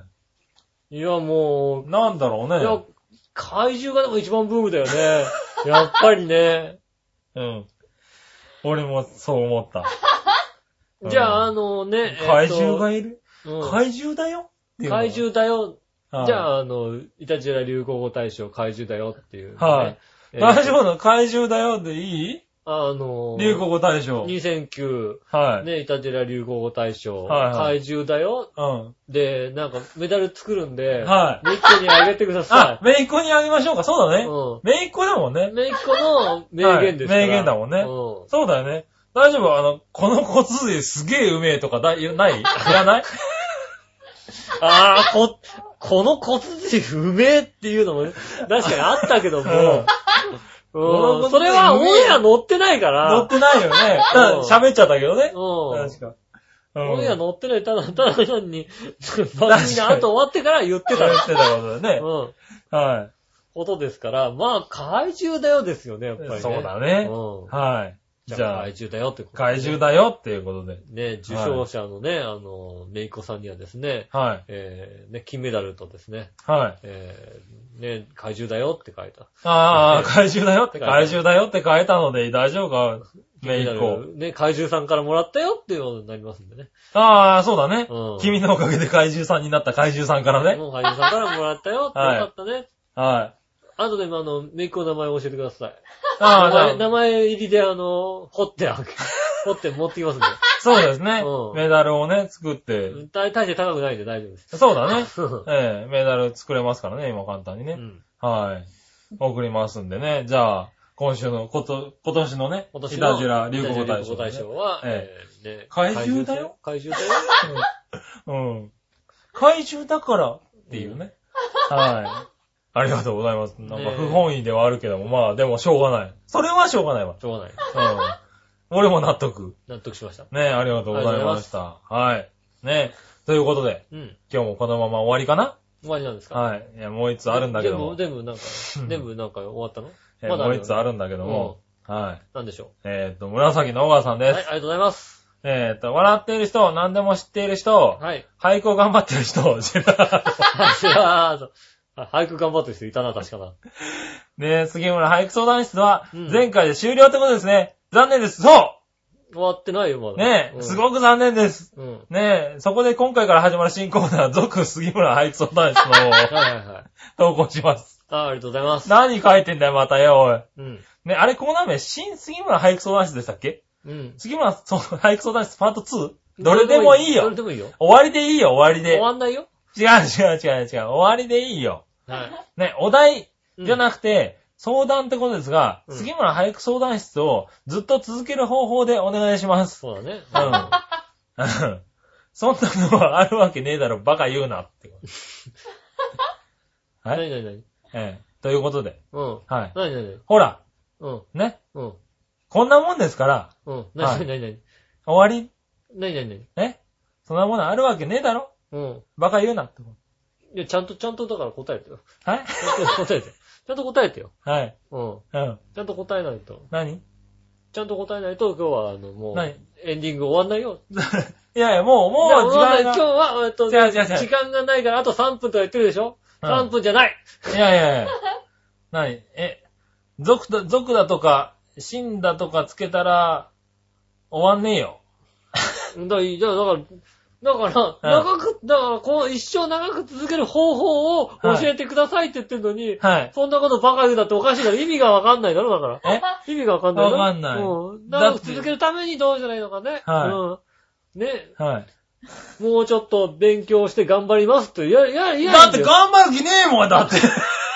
いや、もう。なんだろうね。いや、 怪獣がでも一番ブームだよね。やっぱりね。 うん。俺もそう思った。 じゃあ、あのね、 怪獣がいる、うん、怪獣だよ怪獣だよ。じゃあ、あの、イタジラ流行語大賞怪獣だよっていう、ね。 はい、えー。大丈夫の怪獣だよでいい？ あのー、 流行語大賞。 にせんきゅう。 はい。 ね、イタジラ流行語大賞。 はい、はい。 怪獣だよ。 うん。 で、なんかメダル作るんで。 はい。 めいっ子にあげてください。 あ、めいっ子にあげましょうか。そうだね。うん。めいっ子だもんね。 めいっ子の名言ですから、 はい。名言だもんね。うん。そうだよね。大丈夫？あの、この骨髄すげえうめえとかだ、ないいらないあー、こ、この骨髄うめえっていうのも、ね、確かにあったけども、うんうん、それはオンエア乗ってないから。 乗ってないよね。喋っちゃったけどね。うん。確か。 オンエア乗ってない、ただ、ただ単に、番組の後終わってから言ってた。 言ってたことだよね。うん。はい。 ことですから、まあ、怪獣だよですよね、やっぱりね。 そうだね。うん。はい。 じゃあ、怪獣だよってこと、 ね。怪獣だよっていうことで。 ね、受賞者のね、はい、あの、めいこさんにはですね、はい。えー、ね、金メダルとですね、はい。えー、ね、怪獣だよって書いた。 ああ、怪獣だよって、怪獣だよって書いたので大丈夫か、めいこ。 ね、怪獣さんからもらったよっていうことになりますんでね。 ああ、そうだね。うん。君のおかげで怪獣さんになった怪獣さんからね。 もう怪獣さんからもらったよってよかったね。 はい。はい。 あとでもあの、めいっ子の名前を教えてください。ああ、名前、名前入りであの、掘ってあげ、掘って持ってきますんで。 そうですね。うん、メダルをね、作って。 大して高くないんで大丈夫です。 そうだね。ええ、メダル作れますからね、今簡単にね。うん、はい。送りますんでね。じゃあ、今週の、こと、今年のね、今年のイタジラ流行語大賞、ね。流行語大賞は、ええ、ね、 怪獣だよ。 怪獣だよ。 うん。怪獣だからっていうね。うん、はい。ありがとうございます。なんか不本意ではあるけども、まあでもしょうがない。それはしょうがないわ。 しょうがない。 うん。俺も納得。 納得しました。 ねえ、ありがとうございました。はい。ねえ、ということで、うん、今日もこのまま終わりかな？ 終わりなんですか？ はい。いや、もう一つあるんだけども。 全部、全部なんか、全部なんか終わったの？ えー、もう一つあるんだけども、うん、はい。 なんでしょう？ えーっと、紫の小川さんです。 はい、ありがとうございます。 えーっと、笑っている人、何でも知っている人、はい。俳句を頑張っている人、ジェラード。 ジェラード。俳句頑張ってる人いたな、確かな。 ねえ、杉村俳句相談室は、前回で終了ってことですね。うん、残念です。そう終わってないよ、まだ。 ねえ、うん、すごく残念です。うん、ねえ、そこで今回から始まる新コーナー、続杉村俳句相談室の方をはいはいはい、投稿します。 あ。ありがとうございます。 何書いてんだよ、またよ、おい。うん。ね、あれコーナー名、新杉村俳句相談室でしたっけ？うん。杉村俳句相談室パートツー？どれでもいいよ。 どれでもいいよ。 終わりでいいよ、終わりで。 終わんないよ。 違う違う違う違う。終わりでいいよ。はい。ね、お題じゃなくて、うん、相談ってことですが、うん、杉村俳句相談室をずっと続ける方法でお願いします。 そうだね。 うん。そんなのはあるわけねえだろ、バカ言うなって。 はい。なになになに？ ええ。ということで。 うん。 はい。 なになになに？ ほら。 うん。 ね。うん。こんなもんですから。 うん。なになになになに？ 終わり？ なになになに？ え？そんなものあるわけねえだろ？うん。バカ言うなって。 いや、ちゃんと、ちゃんとだから答えてよ。 はい？ ちゃんと答えて。ちゃんと答えてよ。 はい。 うん。うん。ちゃんと答えないと。 何？ ちゃんと答えないと、今日は、あの、もう、何？エンディング終わんないよ。 いやいや、もう、もう、時間が。 今日は、えっと、違う違う違う。時間がないから、あとさんぷんとか言ってるでしょ？うん、さんぷんじゃない。 いやいやいや。何？え、族だ、族だとか、死んだとかつけたら、終わんねえよ。 だ、いや、だから、だから、長く、だから、こう、一生長く続ける方法を教えてくださいって言ってるのに、はい。そんなことバカ言うだっておかしいから意味がわかんないだろ、だから。え？意味がわかんないだろ。 わかんない。 うん。長く続けるためにどうじゃないのかね。 はい。 うん。ね。 はい。 もうちょっと勉強して頑張りますって。いや、いや、いや。 だって頑張る気ねえもん、だって。ね。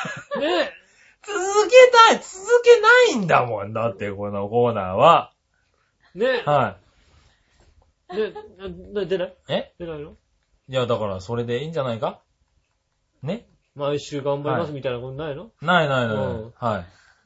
続けたい、続けないんだもん、だって、このコーナーは。 ね。 はい。 で、な、出ないえ出ないの？ いや、だから、それでいいんじゃないかね。 毎週頑張りますみたいなことないの？ ないないない。うん、はい。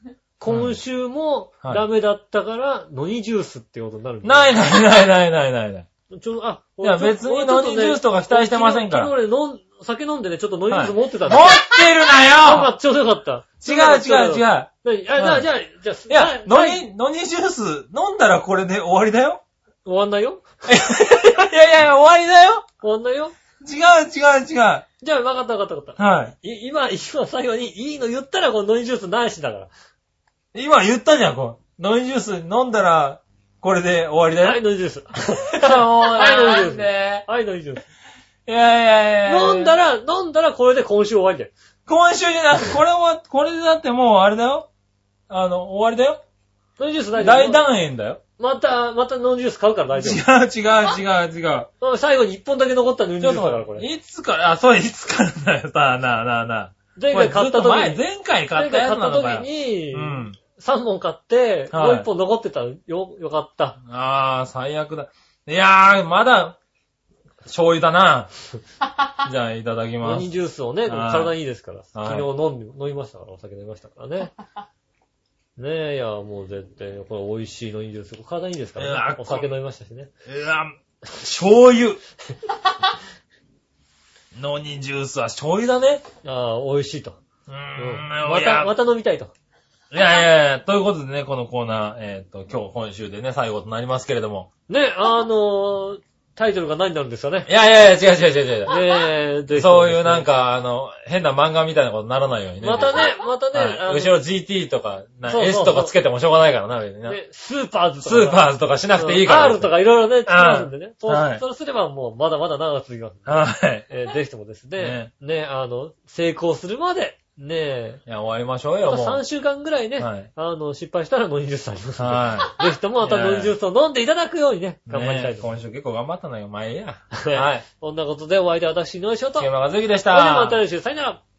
今週もダメだったから、ノニジュースってことになるんだ。 ないないないないないないない。 ちょ、あ、 いや、別にノニジュースとか期待してませんから。 昨日俺飲ん、酒飲んでね、ちょっとノニジュース持ってたんだ。持ってるなよなんかちょうどよかった。 違う違う違う。 じゃあ、じゃあ、じゃあ、じゃあ、 いや、ノニ、ノニジュース飲んだらこれで終わりだよ。 終わんないよ。 いやいや、終わりだよ。 終わんないよ。 違う違う違う。じゃあ、分かった分かった分かった。 はい。 い、今、今最後にいいの言ったらこのノニジュースないしだから。 今言ったじゃん、こう。ノニジュース飲んだら、これで終わりだよ。 はい、ノニジュース。 はい、ノニジュース。 はい、ノニジュース。 いやいやいや飲んだら、飲んだらこれで今週終わりだよ。 今週じゃなくて、これは、これでだってもうあれだよ。あの、終わりだよ。 ノニジュースない大団円だよ。 また、またノンジュース買うから大丈夫。違う違う違う違う。 最後に一本だけ残ったノンジュースだからこれ。 いつから、あ、そういつからだよ。さあ、なあなあなあ。 前回買った時に。 前回買ったやつなのかよ。 前回買った時に、うん。さんぼん買って、はい、もういっぽん残ってたよ。よかった。 ああ、最悪だ。いやー、まだ、醤油だな。じゃあ、いただきます。 ノニジュースをね、体にいいですから。昨日飲んで、飲みましたから、お酒飲みましたからね。ねえ、いや、もう絶対、これ美味しいのいいですよ。体にいいですからね。お酒飲みましたしね。 うわ、醤油。ノニジュースは醤油だね。 ああ、美味しいと。 うーん、 また、また飲みたいと。 いやいやいや、ということでね、このコーナー、えっと、今日、今週でね、最後となりますけれども。 ね、あのー、タイトルが何になるんですかね。 いやいやいや、違う違う違う違う。 ねえ、 そういうなんか、あの、変な漫画みたいなことにならないようにね。 またね、またね、 はい、後ろ ジーティー とか、S とかつけてもしょうがないからな、ね、 スーパーズとか。スーパーズとかしなくていいから、 ね。R とかいろいろね、つきますんでね。そう、 はい、 そうすればもう、まだまだ長く続きます。 はい。 えー、ぜひともですね、ね、ね、あの、成功するまで、ねえ。 いや、終わりましょうよ、もう。 さんしゅうかんぐらいね、はい、あの、失敗したらノンジュースありますので、 はい、 ぜひともまたノンジュースを飲んでいただくようにね、頑張りたいと思います。 今週結構頑張ったのよ、まあいいや。 はい。こんなことでお相手は私、井上翔と。 杉山和之でした。 それではまた来週、さよなら。